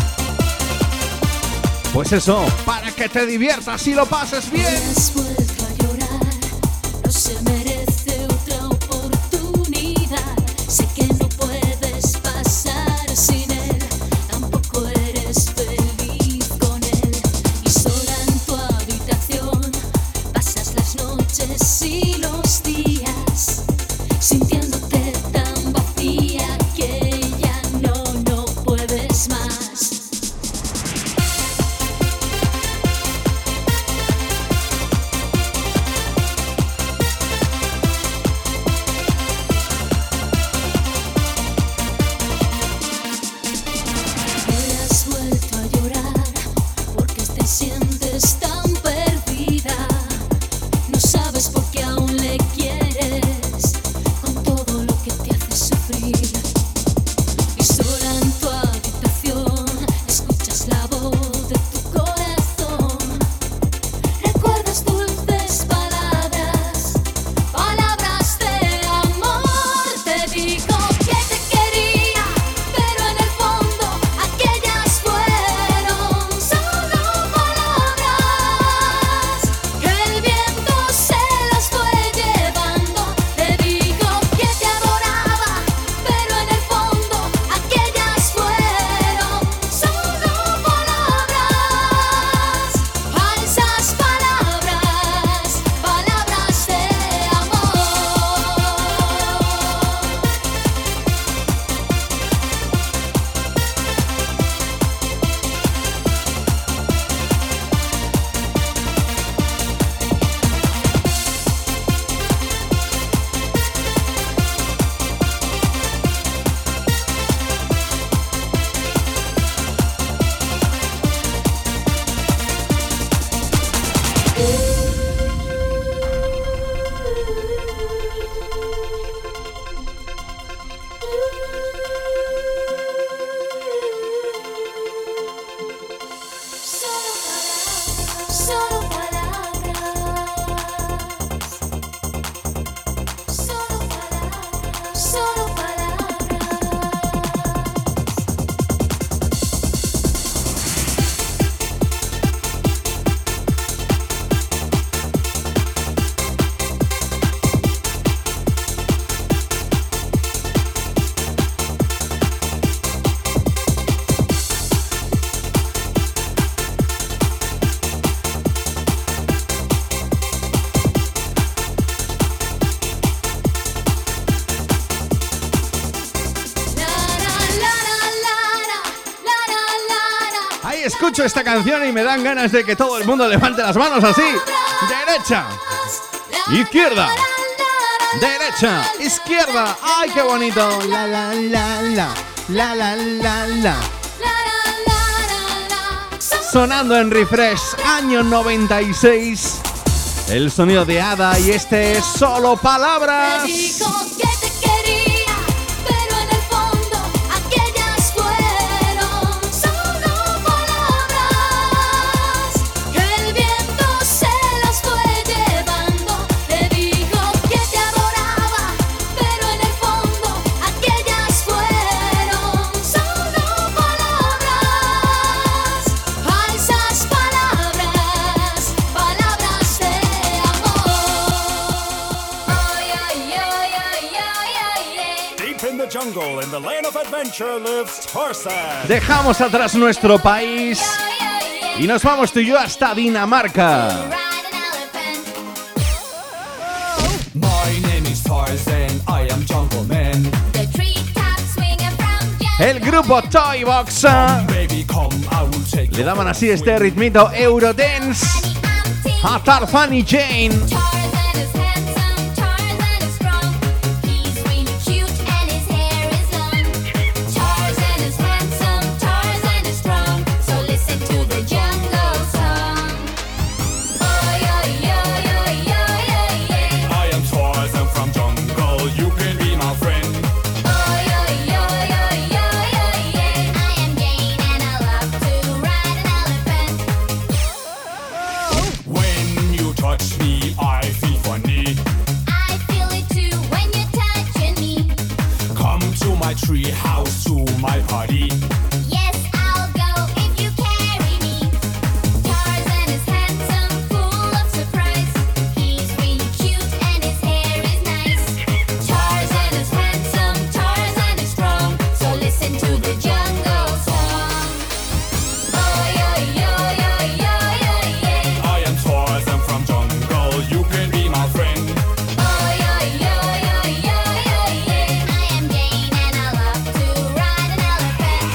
Pues eso, para que te diviertas y lo pases bien. Has vuelto a llorar, no se merece otra oportunidad. Sé que no puedes pasar sin él, tampoco eres feliz con él. Y sola en tu habitación pasas las noches y los días, sintiéndote tan vacía que ya no, no puedes más. Escucho esta canción y me dan ganas de que todo el mundo levante las manos así. Derecha, izquierda, derecha, izquierda. ¡Ay, qué bonito! La, la, la, la, la, la, la, la. Sonando en Refresh, año noventa y seis. El sonido de Ada y este es Solo Palabras. Yeah. Deep in the jungle, in the land of adventure, lives Tarzan. Dejamos atrás nuestro país y nos vamos tú y yo hasta Dinamarca. My name is Tarzan, I am Jungle Man. The treetops swinging from jungle. El grupo Toybox Baby, come, I will take le daban así este ritmito Eurodance a Tarzan y Jane. Tarzan is handsome, Tarzan is strong. He's really cute and his hair is long. Tarzan is handsome, Tarzan is strong. So listen to the jungle song. Oh, yo, yo, yo, yo, yo, yeah. I am Tarzan from jungle, you can be my friend. Oh, yo, yo, yo, yo, yo, yeah. I am Jane and I love to ride an elephant. When you touch me, I feel funny. I feel it too when you're touching me. Come to my tree house, to my party. Yes, I'll go if you carry me. Tarzan is handsome, full of surprise. He's really cute and his hair is nice. Tarzan is handsome, Tarzan is strong. So listen to the jungle song. Oh, yo, yo, yo, yo, yo, yeah. I am Tarzan from jungle, you can be my friend. Oh, yo, yo, yo, yo, yo, yeah. I am Jane and I love to ride an elephant.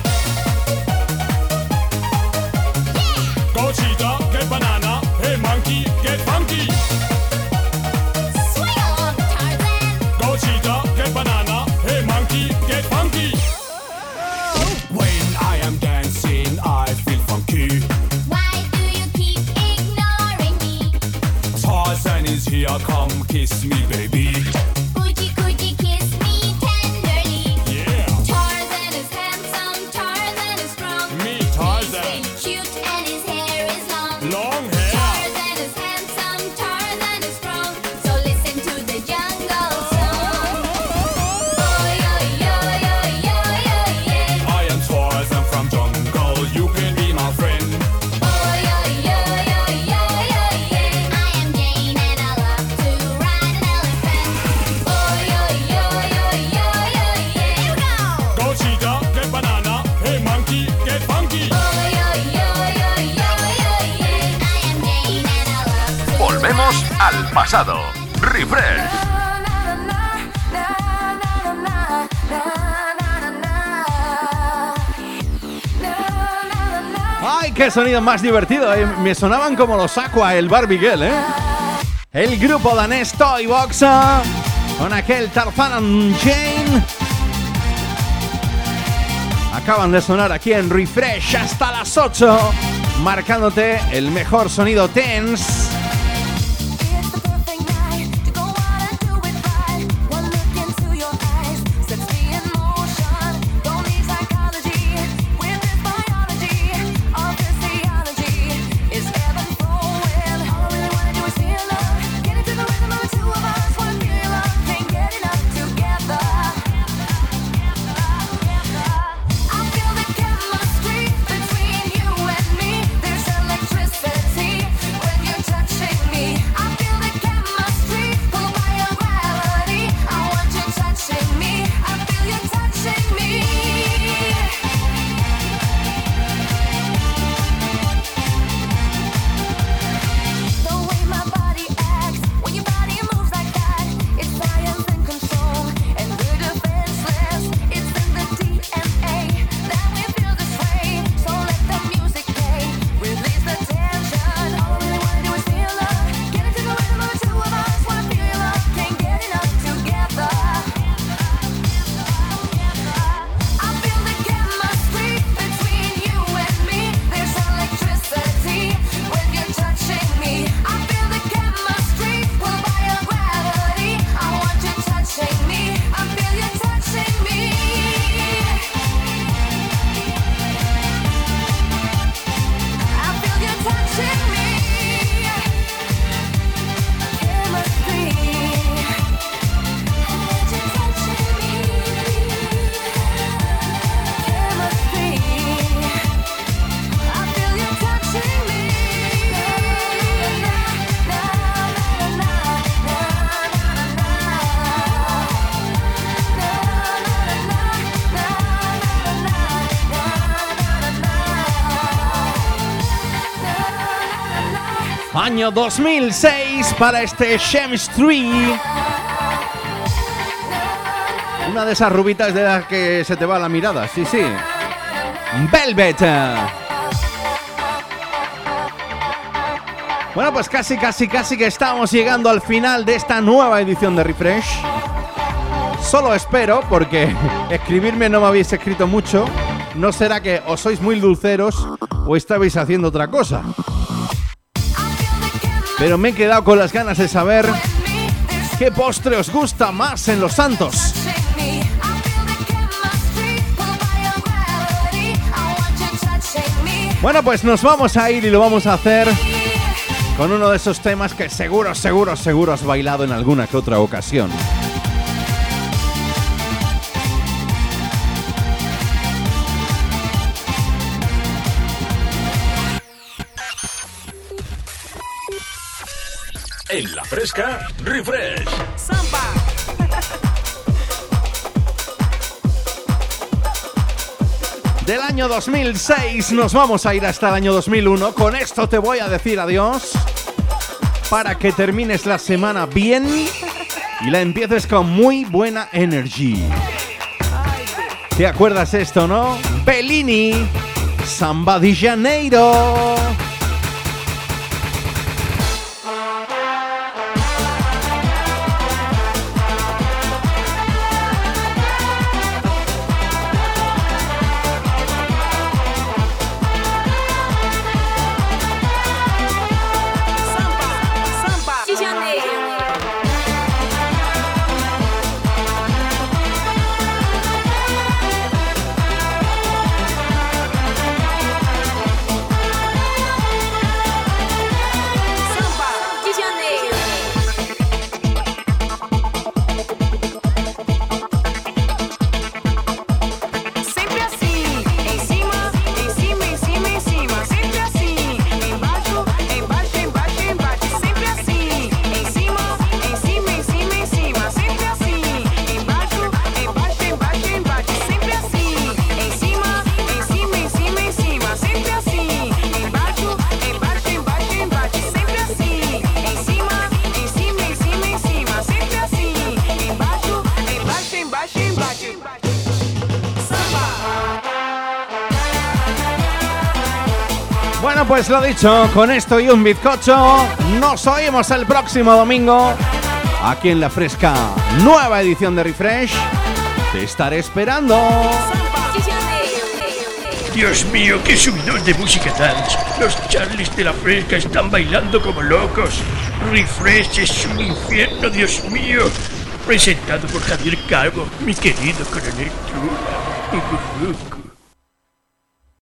Go cheetah, get banana. Hey monkey, get funky. Swing along, Tarzan. Go cheetah, get banana. Hey monkey, get funky. When I am dancing, I feel funky. Why do you keep ignoring me? Tarzan is here, come kiss me, baby. Could you, could you kiss me tenderly? Yeah, Tarzan is handsome, Tarzan is strong. me He's Tarzan, really cute and his hair is long. long hair. Tarzan is handsome, Tarzan is strong. So listen to the jungle song. Oh, yo, yo, yo, yo, yo, yeah. I am Tarzan from jungle, you can be my friend. Oh, yo, yo, yo, yo, yo, yeah. I am Jane and I love to ride an elephant. Oh, yo, yo, yo, yo, yo, yeah. Here we go. Go cheetah, get banana. Hey monkey, get funky. Oh, yo, yo, yo, yo, yo, yeah. I am Jane and I love to Volvemos al pasado. Refresh. ¡Ay, qué sonido más divertido! eh. Me sonaban como los Aqua, el Barbie Girl, ¿eh? El grupo danés Toybox con aquel Tarzan and Jane acaban de sonar aquí en Refresh hasta las ocho, marcándote el mejor sonido dance. It's the perfect night to go out and do it right. One look into your eyes sets me in motion. Don't need psychology with this biology. Our physiology is ebb and flowing. All I really wanna do is feel love. Get into the rhythm of the two of us. Wanna feel love, can't get enough together. I feel the chemistry between you and me. There's electricity when you touch Año dos mil seis para este Chemistry. Una de esas rubitas de las que se te va la mirada, sí, sí. Velvet. Bueno, pues casi, casi, casi que estamos llegando al final de esta nueva edición de Refresh. Solo espero, porque escribirme no me habéis escrito mucho, no será que o sois muy dulceros o estabais haciendo otra cosa. Pero me he quedado con las ganas de saber qué postre os gusta más en Los Santos. Bueno, pues nos vamos a ir y lo vamos a hacer con uno de esos temas que seguro, seguro, seguro has bailado en alguna que otra ocasión. En La Fresca, Refresh. Del año dos mil seis nos vamos a ir hasta el año dos mil uno. Con esto te voy a decir adiós para que termines la semana bien y la empieces con muy buena energy. ¿Te acuerdas esto, no? Bellini, Samba de Janeiro. Bueno, pues lo dicho, con esto y un bizcocho, nos oímos el próximo domingo aquí en La Fresca. Nueva edición de Refresh. Te estaré esperando. Dios mío, qué subidón de música dance. Los Charlies de La Fresca están bailando como locos. Refresh es un infierno, Dios mío. Presentado por Javier Calvo, mi querido coronel Trula.